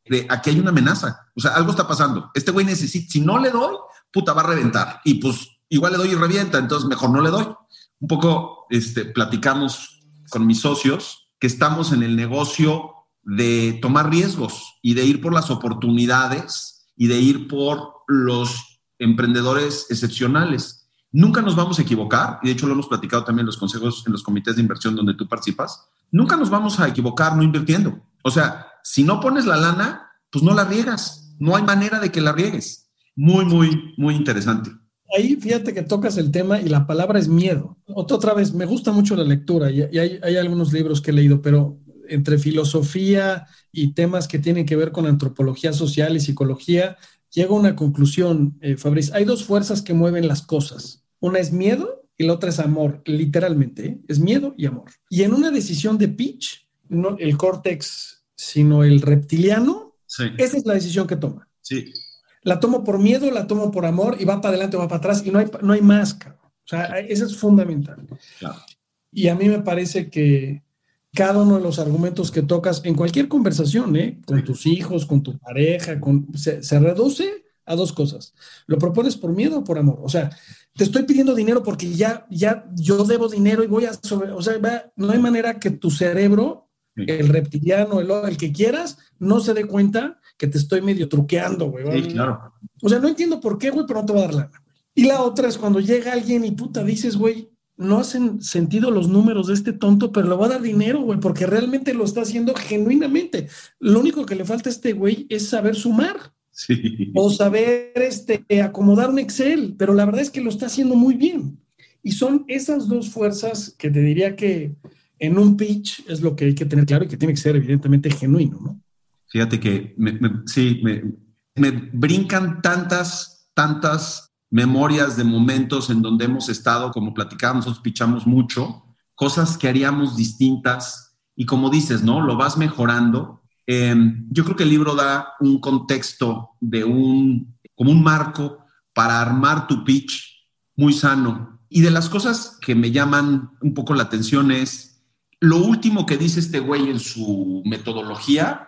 S2: de aquí hay una amenaza. O sea, algo está pasando. Este güey necesita, si no le doy, puta, va a reventar. Y pues igual le doy y revienta, entonces mejor no le doy. Un poco este, platicamos con mis socios que estamos en el negocio de tomar riesgos y de ir por las oportunidades y de ir por los emprendedores excepcionales. Nunca nos vamos a equivocar, y de hecho lo hemos platicado también en los consejos, en los comités de inversión donde tú participas. Nunca nos vamos a equivocar no invirtiendo. O sea, si no pones la lana, pues no la riegas. No hay manera de que la riegues. Muy, muy, muy interesante.
S1: Ahí fíjate que tocas el tema y la palabra es miedo. Otra, otra vez, me gusta mucho la lectura y, y hay, hay algunos libros que he leído, pero entre filosofía y temas que tienen que ver con antropología social y psicología, llego a una conclusión, eh, Fabriz. Hay dos fuerzas que mueven las cosas. Una es miedo y la otra es amor, literalmente. ¿eh? Es miedo y amor. Y en una decisión de pitch, no el córtex, sino el reptiliano, sí. Esa es la decisión que toma.
S2: Sí.
S1: La tomo por miedo, la tomo por amor y va para adelante o va para atrás y no hay, no hay más. Cabrón. O sea, eso es fundamental.
S2: Claro.
S1: Y a mí me parece que cada uno de los argumentos que tocas en cualquier conversación, ¿eh? Con sí. tus hijos, con tu pareja, con, se, se reduce a dos cosas. ¿Lo propones por miedo o por amor? O sea, te estoy pidiendo dinero porque ya, ya yo debo dinero y voy a... Sobre, o sea, va, no hay manera que tu cerebro, sí. el reptiliano, el, el que quieras, no se dé cuenta que te estoy medio truqueando, güey.
S2: Sí, claro.
S1: O sea, no entiendo por qué, güey, pero no te voy a dar lana. Y la otra es cuando llega alguien y puta, dices, güey, no hacen sentido los números de este tonto, pero le va a dar dinero, güey, porque realmente lo está haciendo genuinamente. Lo único que le falta a este güey es saber sumar.
S2: Sí.
S1: O saber este, acomodar un Excel, pero la verdad es que lo está haciendo muy bien. Y son esas dos fuerzas que te diría que en un pitch es lo que hay que tener claro y que tiene que ser evidentemente genuino, ¿no?
S2: Fíjate que me, me, sí, me, me brincan tantas, tantas memorias de momentos en donde hemos estado, como platicábamos, nosotros pichamos mucho, cosas que haríamos distintas y como dices, ¿no? Lo vas mejorando. Eh, yo creo que el libro da un contexto de un, como un marco para armar tu pitch muy sano. Y de las cosas que me llaman un poco la atención es lo último que dice este güey en su metodología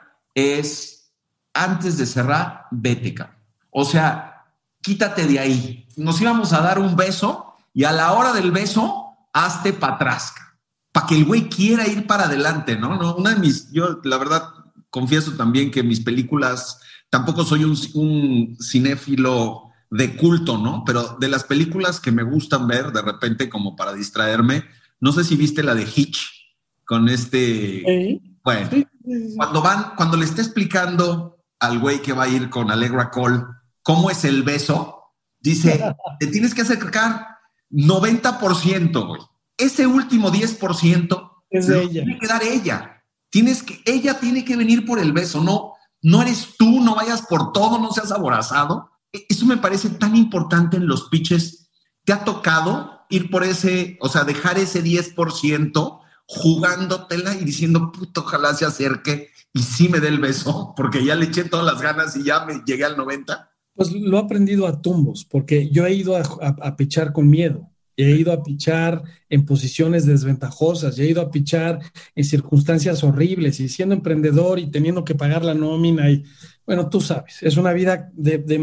S2: es antes de cerrar, vete, cabrón. O sea, quítate de ahí. Nos íbamos a dar un beso y a la hora del beso, hazte para atrás, para que el güey quiera ir para adelante, ¿no? ¿no? Una de mis, yo la verdad confieso también que mis películas, tampoco soy un, un cinéfilo de culto, ¿no? Pero de las películas que me gustan ver de repente como para distraerme, no sé si viste la de Hitch con este...
S1: ¿Eh?
S2: Bueno, sí, sí, sí. Cuando van, cuando le está explicando al güey que va a ir con Allegra Cole cómo es el beso, dice, te tienes que acercar noventa por ciento, güey. Ese último diez por ciento
S1: es de ella.
S2: Tiene que dar ella. Tienes que, ella tiene que venir por el beso, no, no eres tú, no vayas por todo, no seas aborazado. Eso me parece tan importante en los pitches. ¿Te ha tocado ir por ese, o sea, dejar ese diez por ciento jugándotela y diciendo, puto, ojalá se acerque y sí me dé el beso, porque ya le eché todas las ganas y ya me llegué al noventa?
S1: Pues lo he aprendido a tumbos, porque yo he ido a, a, a pichar con miedo, he ido a pichar en posiciones desventajosas, he ido a pichar en circunstancias horribles y siendo emprendedor y teniendo que pagar la nómina y, bueno, tú sabes, es una vida de, de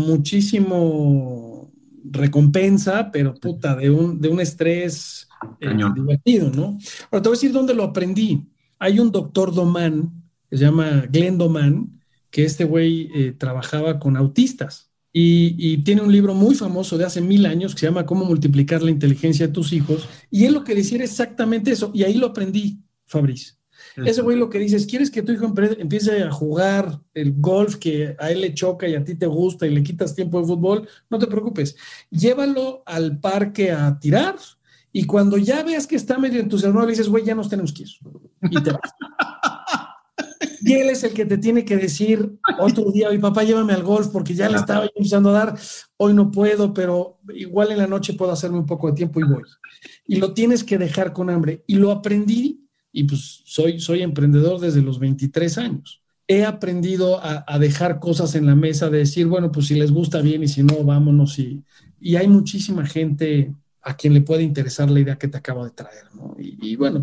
S1: muchísimo recompensa, pero puta, de un, de un estrés eh, divertido, ¿no? Ahora te voy a decir dónde lo aprendí. Hay un doctor Doman, que se llama Glenn Doman, que este güey eh, trabajaba con autistas y, y tiene un libro muy famoso de hace mil años que se llama Cómo multiplicar la inteligencia de tus hijos, y él lo que decía era exactamente eso, y ahí lo aprendí, Fabriz. Ese güey lo que dice es, ¿quieres que tu hijo empiece a jugar el golf que a él le choca y a ti te gusta y le quitas tiempo de fútbol? No te preocupes, llévalo al parque a tirar y cuando ya veas que está medio entusiasmado le dices, güey, ya nos tenemos que ir, y te vas. Y él es el que te tiene que decir otro día, mi papá, llévame al golf porque ya le estaba empezando a dar, hoy no puedo, pero igual en la noche puedo hacerme un poco de tiempo y voy. Y lo tienes que dejar con hambre. Y lo aprendí, y pues soy, soy emprendedor desde los veintitrés años. He aprendido a, a dejar cosas en la mesa, de decir, bueno, pues si les gusta bien y si no, vámonos. Y, y hay muchísima gente a quien le puede interesar la idea que te acabo de traer, ¿no? Y, y bueno, pues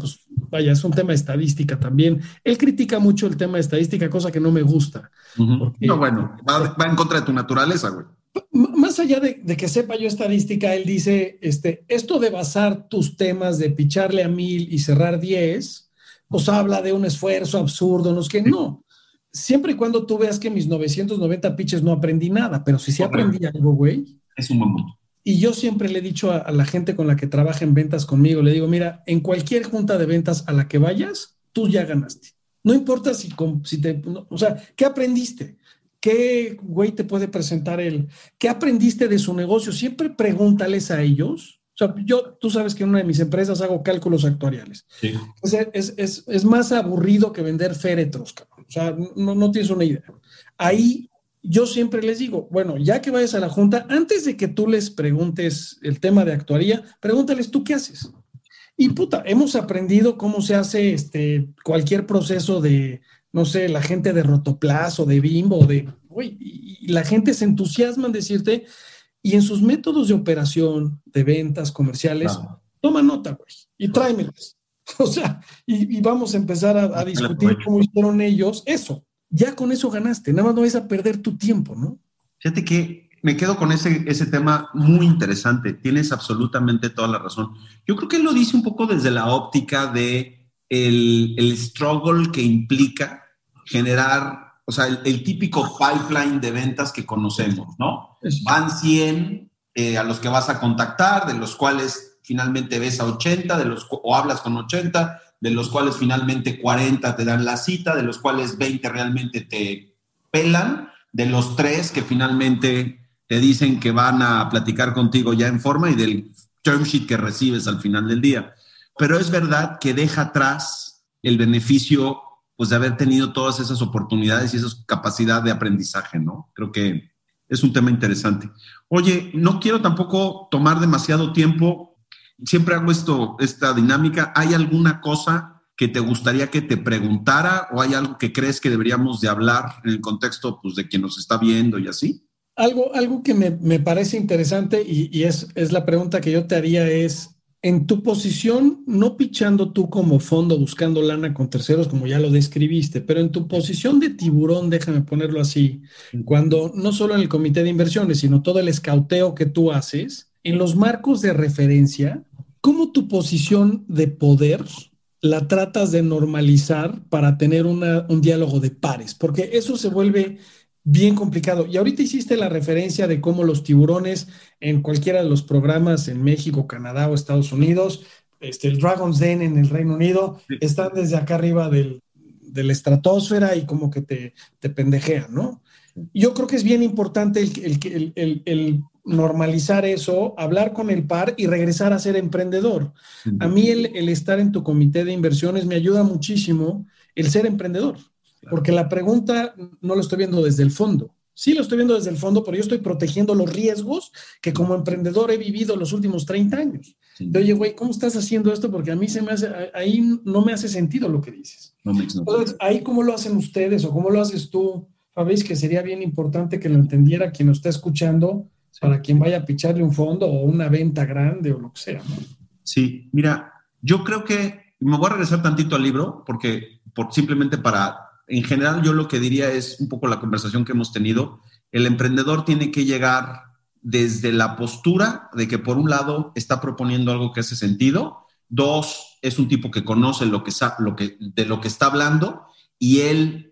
S1: vaya, es un tema de estadística también. Él critica mucho el tema de estadística, cosa que no me gusta.
S2: Uh-huh.
S1: Porque,
S2: no, bueno, va, va en contra de tu naturaleza, güey.
S1: Más allá de, de que sepa yo estadística, él dice, este, esto de basar tus temas, de picharle a mil y cerrar diez, pues habla de un esfuerzo absurdo, no es que no. Siempre y cuando tú veas que mis novecientos noventa pitches no aprendí nada, pero si sí aprendí algo, güey.
S2: Es un buen punto.
S1: Y yo siempre le he dicho a, a la gente con la que trabaja en ventas conmigo, le digo, mira, en cualquier junta de ventas a la que vayas, tú ya ganaste. No importa si, si te, no, o sea, ¿qué aprendiste? ¿Qué güey te puede presentar él? ¿Qué aprendiste de su negocio? Siempre pregúntales a ellos. O sea, yo, tú sabes que en una de mis empresas hago cálculos actuariales.
S2: Sí.
S1: O sea, es, es, es más aburrido que vender féretros, cabrón. O sea, no, no tienes una idea. Ahí yo siempre les digo, bueno, ya que vayas a la junta, antes de que tú les preguntes el tema de actuaría, pregúntales tú qué haces. Y puta, hemos aprendido cómo se hace este, cualquier proceso de, no sé, la gente de Rotoplas o de Bimbo, de, uy, y la gente se entusiasma en decirte, y en sus métodos de operación, de ventas comerciales, claro, toma nota, güey, y tráemelas. O sea, y, y vamos a empezar a, a discutir cómo hicieron ellos eso. Ya con eso ganaste, nada más no vas a perder tu tiempo, ¿no?
S2: Fíjate que me quedo con ese, ese tema muy interesante. Tienes absolutamente toda la razón. Yo creo que él lo dice un poco desde la óptica de el, el struggle que implica generar, o sea, el, el típico pipeline de ventas que conocemos, ¿no? Van cien eh, a los que vas a contactar, de los cuales finalmente ves a ochenta, de los, o hablas con ochenta, de los cuales finalmente cuarenta te dan la cita, de los cuales veinte realmente te pelan, de los tres que finalmente te dicen que van a platicar contigo ya en forma y del term sheet que recibes al final del día. Pero es verdad que deja atrás el beneficio, pues, de haber tenido todas esas oportunidades y esa capacidad de aprendizaje, ¿no? Creo que es un tema interesante. Oye, no quiero tampoco tomar demasiado tiempo. Siempre hago esto, esta dinámica. ¿Hay alguna cosa que te gustaría que te preguntara o hay algo que crees que deberíamos de hablar en el contexto, pues, de quien nos está viendo y así?
S1: Algo, algo que me, me parece interesante y, y es, es la pregunta que yo te haría es, en tu posición, no pichando tú como fondo buscando lana con terceros como ya lo describiste, pero en tu posición de tiburón, déjame ponerlo así, cuando no solo en el comité de inversiones, sino todo el escauteo que tú haces, en los marcos de referencia, ¿cómo tu posición de poder la tratas de normalizar para tener una, un diálogo de pares? Porque eso se vuelve bien complicado. Y ahorita hiciste la referencia de cómo los tiburones en cualquiera de los programas en México, Canadá o Estados Unidos, este, el Dragon's Den en el Reino Unido, están desde acá arriba del, de la estratosfera y como que te, te pendejean, ¿no? Yo creo que es bien importante el, el, el, el, el normalizar eso, hablar con el par y regresar a ser emprendedor. A mí el, el estar en tu comité de inversiones me ayuda muchísimo el ser emprendedor. Porque la pregunta no lo estoy viendo desde el fondo. Sí lo estoy viendo desde el fondo, pero yo estoy protegiendo los riesgos que como emprendedor he vivido los últimos treinta años. Sí. De, oye, güey, ¿cómo estás haciendo esto? Porque a mí se me hace, ahí no me hace sentido lo que dices. No me Entonces, ahí cómo lo hacen ustedes o cómo lo haces tú, Fabrice, que sería bien importante que lo entendiera quien nos está escuchando, sí, para quien vaya a picharle un fondo o una venta grande o lo que sea, ¿no?
S2: Sí, mira, yo creo que me voy a regresar tantito al libro porque por, simplemente para... En general, yo lo que diría es un poco la conversación que hemos tenido. El emprendedor tiene que llegar desde la postura de que, por un lado, está proponiendo algo que hace sentido. Dos, es un tipo que conoce lo que, lo que, de lo que está hablando y él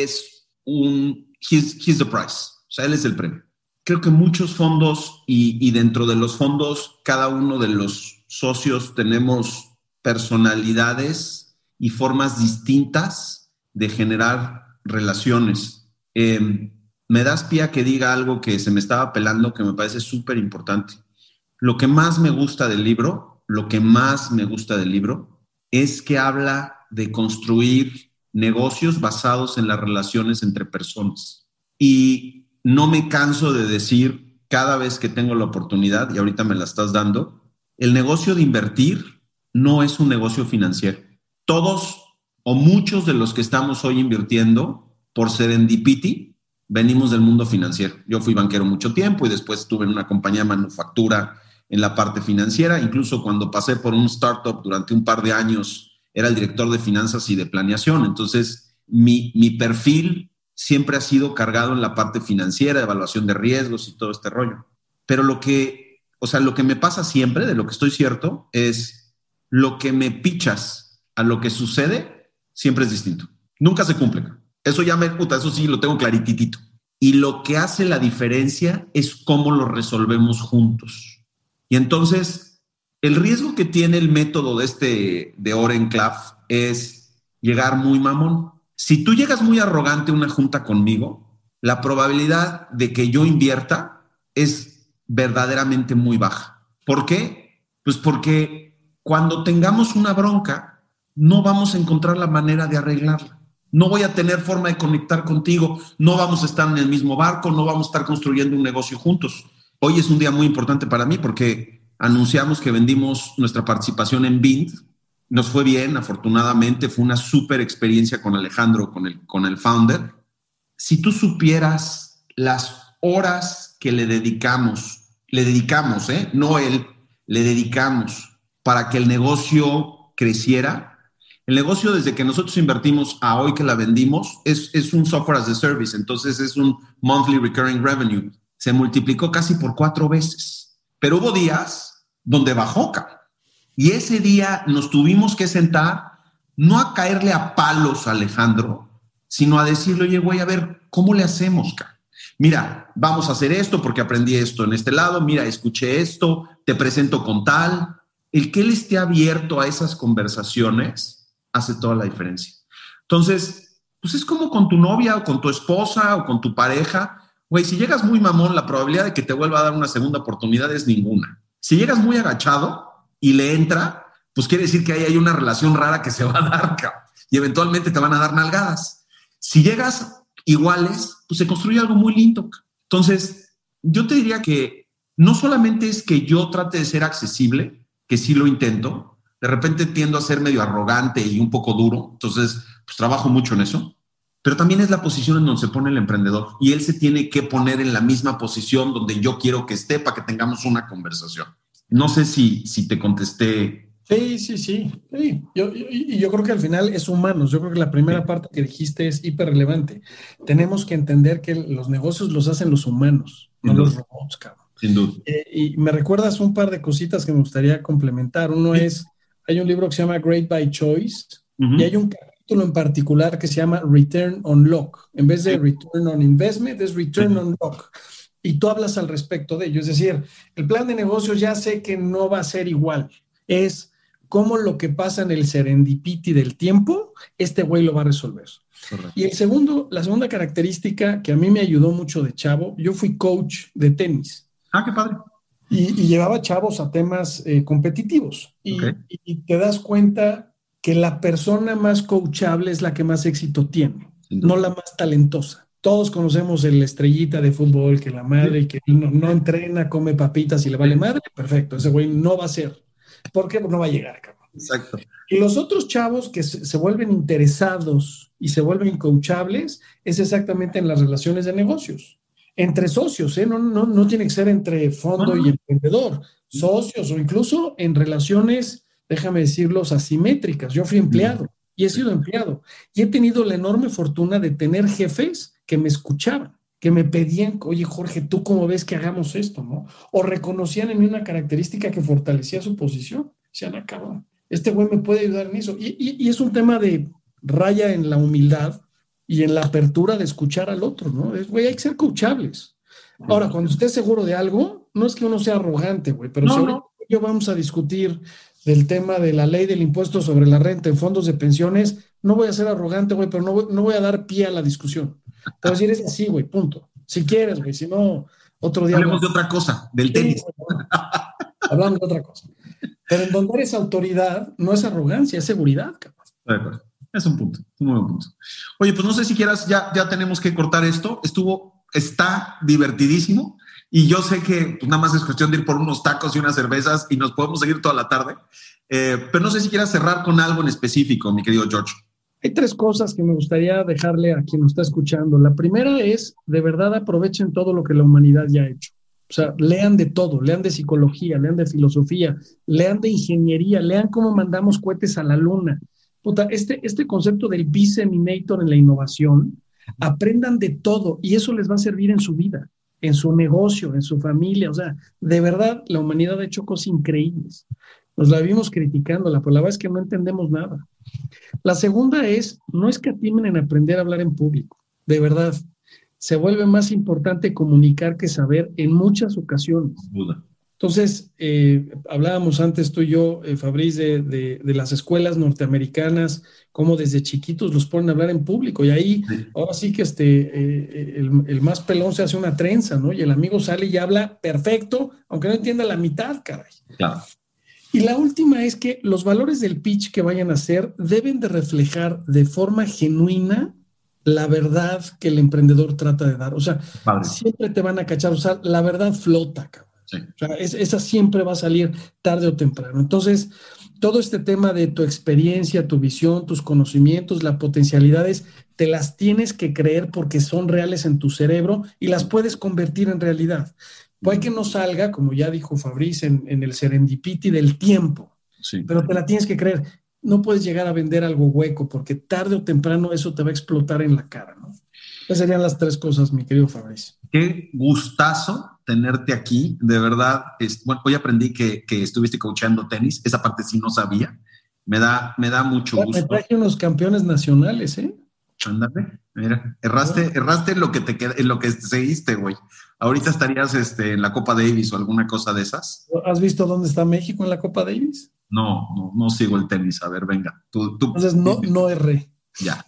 S2: es un... He's, he's the price. O sea, él es el premio. Creo que muchos fondos y, y dentro de los fondos, cada uno de los socios tenemos personalidades y formas distintas de generar relaciones. Eh, me das pie a que diga algo que se me estaba pelando, que me parece súper importante. Lo que más me gusta del libro, lo que más me gusta del libro, es que habla de construir negocios basados en las relaciones entre personas. Y no me canso de decir cada vez que tengo la oportunidad, y ahorita me la estás dando, el negocio de invertir no es un negocio financiero. Todos o muchos de los que estamos hoy invirtiendo por serendipity, venimos del mundo financiero. Yo fui banquero mucho tiempo y después estuve en una compañía de manufactura en la parte financiera. Incluso cuando pasé por un startup durante un par de años era el director de finanzas y de planeación. Entonces, mi, mi perfil siempre ha sido cargado en la parte financiera, evaluación de riesgos y todo este rollo. Pero lo que, o sea, lo que me pasa siempre, de lo que estoy cierto, es lo que me pichas a lo que sucede siempre es distinto. Nunca se cumple. Eso ya me, puta, eso sí lo tengo clarititito. Y lo que hace la diferencia es cómo lo resolvemos juntos. Y entonces, el riesgo que tiene el método de este, de Oren Klaff, es llegar muy mamón. Si tú llegas muy arrogante a una junta conmigo, la probabilidad de que yo invierta es verdaderamente muy baja. ¿Por qué? Pues porque cuando tengamos una bronca, no vamos a encontrar la manera de arreglarla. No voy a tener forma de conectar contigo, no vamos a estar en el mismo barco, no vamos a estar construyendo un negocio juntos. Hoy es un día muy importante para mí porque anunciamos que vendimos nuestra participación en Vint. Nos fue bien, afortunadamente, fue una súper experiencia con Alejandro, con el, con el founder. Si tú supieras las horas que le dedicamos, le dedicamos, ¿eh? No él, le dedicamos para que el negocio creciera. El negocio, desde que nosotros invertimos a hoy que la vendimos, es, es un software as a service, entonces es un monthly recurring revenue. Se multiplicó casi por cuatro veces. Pero hubo días donde bajó, cabrón. Y ese día nos tuvimos que sentar, no a caerle a palos a Alejandro, sino a decirle, oye, güey, a ver, ¿cómo le hacemos, cabrón? Mira, vamos a hacer esto porque aprendí esto en este lado, mira, escuché esto, te presento con tal. El que él esté abierto a esas conversaciones hace toda la diferencia. Entonces, pues es como con tu novia o con tu esposa o con tu pareja. Güey, si llegas muy mamón, la probabilidad de que te vuelva a dar una segunda oportunidad es ninguna. Si llegas muy agachado y le entra, pues quiere decir que ahí hay una relación rara que se va a dar, cabrón, y eventualmente te van a dar nalgadas. Si llegas iguales, pues se construye algo muy lindo. Entonces, yo te diría que no solamente es que yo trate de ser accesible, que sí lo intento, de repente tiendo a ser medio arrogante y un poco duro, entonces pues trabajo mucho en eso, pero también es la posición en donde se pone el emprendedor y él se tiene que poner en la misma posición donde yo quiero que esté para que tengamos una conversación. No sé si, si te contesté.
S1: Sí, sí, sí. sí. Yo, yo, y yo creo que al final es humanos. Yo creo que la primera parte que dijiste es hiper relevante. Tenemos que entender que los negocios los hacen los humanos, no los robots, cabrón.
S2: Sin duda.
S1: Eh, y me recuerdas un par de cositas que me gustaría complementar. Uno sí. es, hay un libro que se llama Great by Choice, uh-huh. y hay un capítulo en particular que se llama Return on Lock. En vez de sí. Return on Investment, es Return sí. on Lock. Y tú hablas al respecto de ello. Es decir, el plan de negocios ya sé que no va a ser igual. Es cómo lo que pasa en el serendipity del tiempo, este güey lo va a resolver. Correcto. Y el segundo, la segunda característica que a mí me ayudó mucho de chavo, yo fui coach de tenis.
S2: Ah, qué padre.
S1: Y, y llevaba chavos a temas eh, competitivos. Y, okay. y, y te das cuenta que la persona más coachable es la que más éxito tiene, no la más talentosa. Todos conocemos el estrellita de fútbol, que la madre sí. que no, no entrena, come papitas y le vale madre. Perfecto, ese güey no va a ser. ¿Por qué? Porque no va a llegar, cabrón.
S2: Exacto.
S1: Y los otros chavos que se, se vuelven interesados y se vuelven coachables es exactamente en las relaciones de negocios. Entre socios, ¿eh? No, no, no tiene que ser entre fondo uh-huh. y emprendedor. Socios o incluso en relaciones, déjame decirlos, asimétricas. Yo fui empleado uh-huh. y he sido empleado. Y he tenido la enorme fortuna de tener jefes que me escuchaban, que me pedían, oye, Jorge, ¿tú cómo ves que hagamos esto, no? O reconocían en mí una característica que fortalecía su posición. Decían, ah, cabrón, este güey me puede ayudar en eso. Y, y, y es un tema de raya en la humildad y en la apertura de escuchar al otro, ¿no? Es, güey, hay que ser coachables. Ahora, cuando estés seguro de algo, no es que uno sea arrogante, güey, pero no, si no. yo vamos a discutir del tema de la ley del impuesto sobre la renta en fondos de pensiones, no voy a ser arrogante, güey, pero no voy, no voy a dar pie a la discusión. Te voy a decir, es así, güey, punto. Si quieres, güey, si no, otro día...
S2: Hablemos de otra cosa, del tenis.
S1: Sí, güey, hablamos de otra cosa. Pero en donde eres autoridad, no es arrogancia, es seguridad, cabrón.
S2: Es un punto, un buen punto. Oye, pues no sé si quieras, ya, ya tenemos que cortar esto. Estuvo, está divertidísimo y yo sé que pues, nada más es cuestión de ir por unos tacos y unas cervezas y nos podemos seguir toda la tarde. Eh, pero no sé si quieras cerrar con algo en específico, mi querido George.
S1: Hay tres cosas que me gustaría dejarle a quien nos está escuchando. La primera es, de verdad, aprovechen todo lo que la humanidad ya ha hecho. O sea, lean de todo, lean de psicología, lean de filosofía, lean de ingeniería, lean cómo mandamos cohetes a la luna, puta, este, este concepto del Biseminator en la innovación, aprendan de todo y eso les va a servir en su vida, en su negocio, en su familia. O sea, de verdad, la humanidad ha hecho cosas increíbles. Nos la vimos criticándola, pero la verdad es que no entendemos nada. La segunda es, no escatimen en aprender a hablar en público. De verdad, se vuelve más importante comunicar que saber en muchas ocasiones.
S2: Duda.
S1: Entonces, eh, hablábamos antes tú y yo, eh, Fabrice, de, de, de las escuelas norteamericanas, cómo desde chiquitos los ponen a hablar en público. Y ahí, sí. ahora sí que este, eh, el, el más pelón se hace una trenza, ¿no? Y el amigo sale y habla perfecto, aunque no entienda la mitad, caray.
S2: Claro.
S1: Y la última es que los valores del pitch que vayan a hacer deben de reflejar de forma genuina la verdad que el emprendedor trata de dar. O sea, Padre. siempre te van a cachar. O sea, la verdad flota, cabrón. Sí. O sea, es, esa siempre va a salir tarde o temprano. Entonces, todo este tema de tu experiencia, tu visión, tus conocimientos, las potencialidades, te las tienes que creer porque son reales en tu cerebro y las puedes convertir en realidad. Puede que no salga, como ya dijo Fabrice, en, en el serendipity del tiempo, sí. pero te la tienes que creer. No puedes llegar a vender algo hueco porque tarde o temprano eso te va a explotar en la cara, ¿no? Esas serían las tres cosas, mi querido Fabrice.
S2: Qué gustazo tenerte aquí, de verdad. Es, bueno, hoy aprendí que, que estuviste coachando tenis, esa parte sí no sabía. Me da, me da mucho gusto.
S1: Me traje unos campeones nacionales, ¿eh?
S2: Ándale, mira, erraste, bueno. erraste en lo que te queda, en lo que seguiste, güey. Ahorita estarías este, en la Copa Davis o alguna cosa de esas.
S1: ¿Has visto dónde está México en la Copa Davis?
S2: No, no, no sigo el tenis. A ver, venga. Tú, tú,
S1: Entonces no, no erré.
S2: Ya.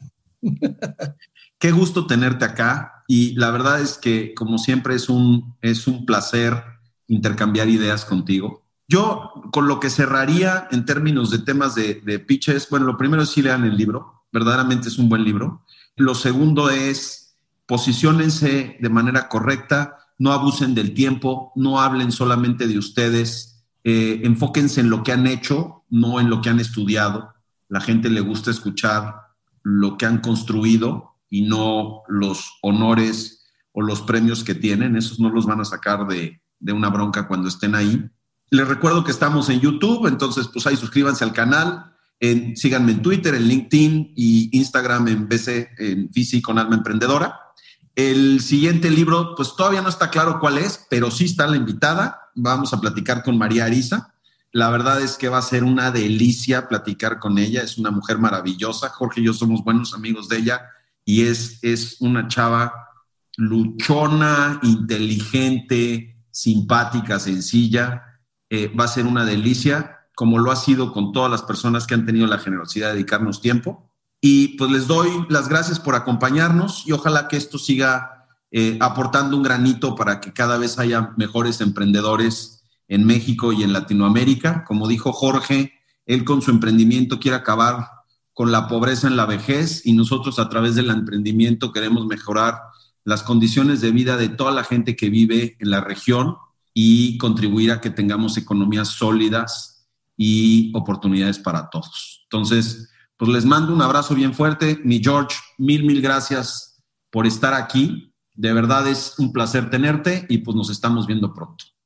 S2: Qué gusto tenerte acá y la verdad es que, como siempre, es un, es un placer intercambiar ideas contigo. Yo, con lo que cerraría en términos de temas de, de pitches, bueno, lo primero es sí lean el libro, verdaderamente es un buen libro. Lo segundo es posiciónense de manera correcta, no abusen del tiempo, no hablen solamente de ustedes, eh, enfóquense en lo que han hecho, no en lo que han estudiado. La gente le gusta escuchar lo que han construido y no los honores o los premios que tienen. Esos no los van a sacar de, de una bronca cuando estén ahí. Les recuerdo que estamos en YouTube, entonces pues ahí suscríbanse al canal, en, síganme en Twitter, en LinkedIn y Instagram en B C, en V C con Alma Emprendedora. El siguiente libro, pues todavía no está claro cuál es, pero sí está la invitada. Vamos a platicar con María Ariza. La verdad es que va a ser una delicia platicar con ella. Es una mujer maravillosa. Jorge y yo somos buenos amigos de ella y es, es una chava luchona, inteligente, simpática, sencilla. Eh, va a ser una delicia, como lo ha sido con todas las personas que han tenido la generosidad de dedicarnos tiempo. Y pues les doy las gracias por acompañarnos y ojalá que esto siga eh, aportando un granito para que cada vez haya mejores emprendedores en México y en Latinoamérica. Como dijo Jorge, él con su emprendimiento quiere acabar con la pobreza en la vejez y nosotros a través del emprendimiento queremos mejorar las condiciones de vida de toda la gente que vive en la región y contribuir a que tengamos economías sólidas y oportunidades para todos. Entonces, pues les mando un abrazo bien fuerte. Mi George, mil, mil gracias por estar aquí. De verdad es un placer tenerte y pues nos estamos viendo pronto.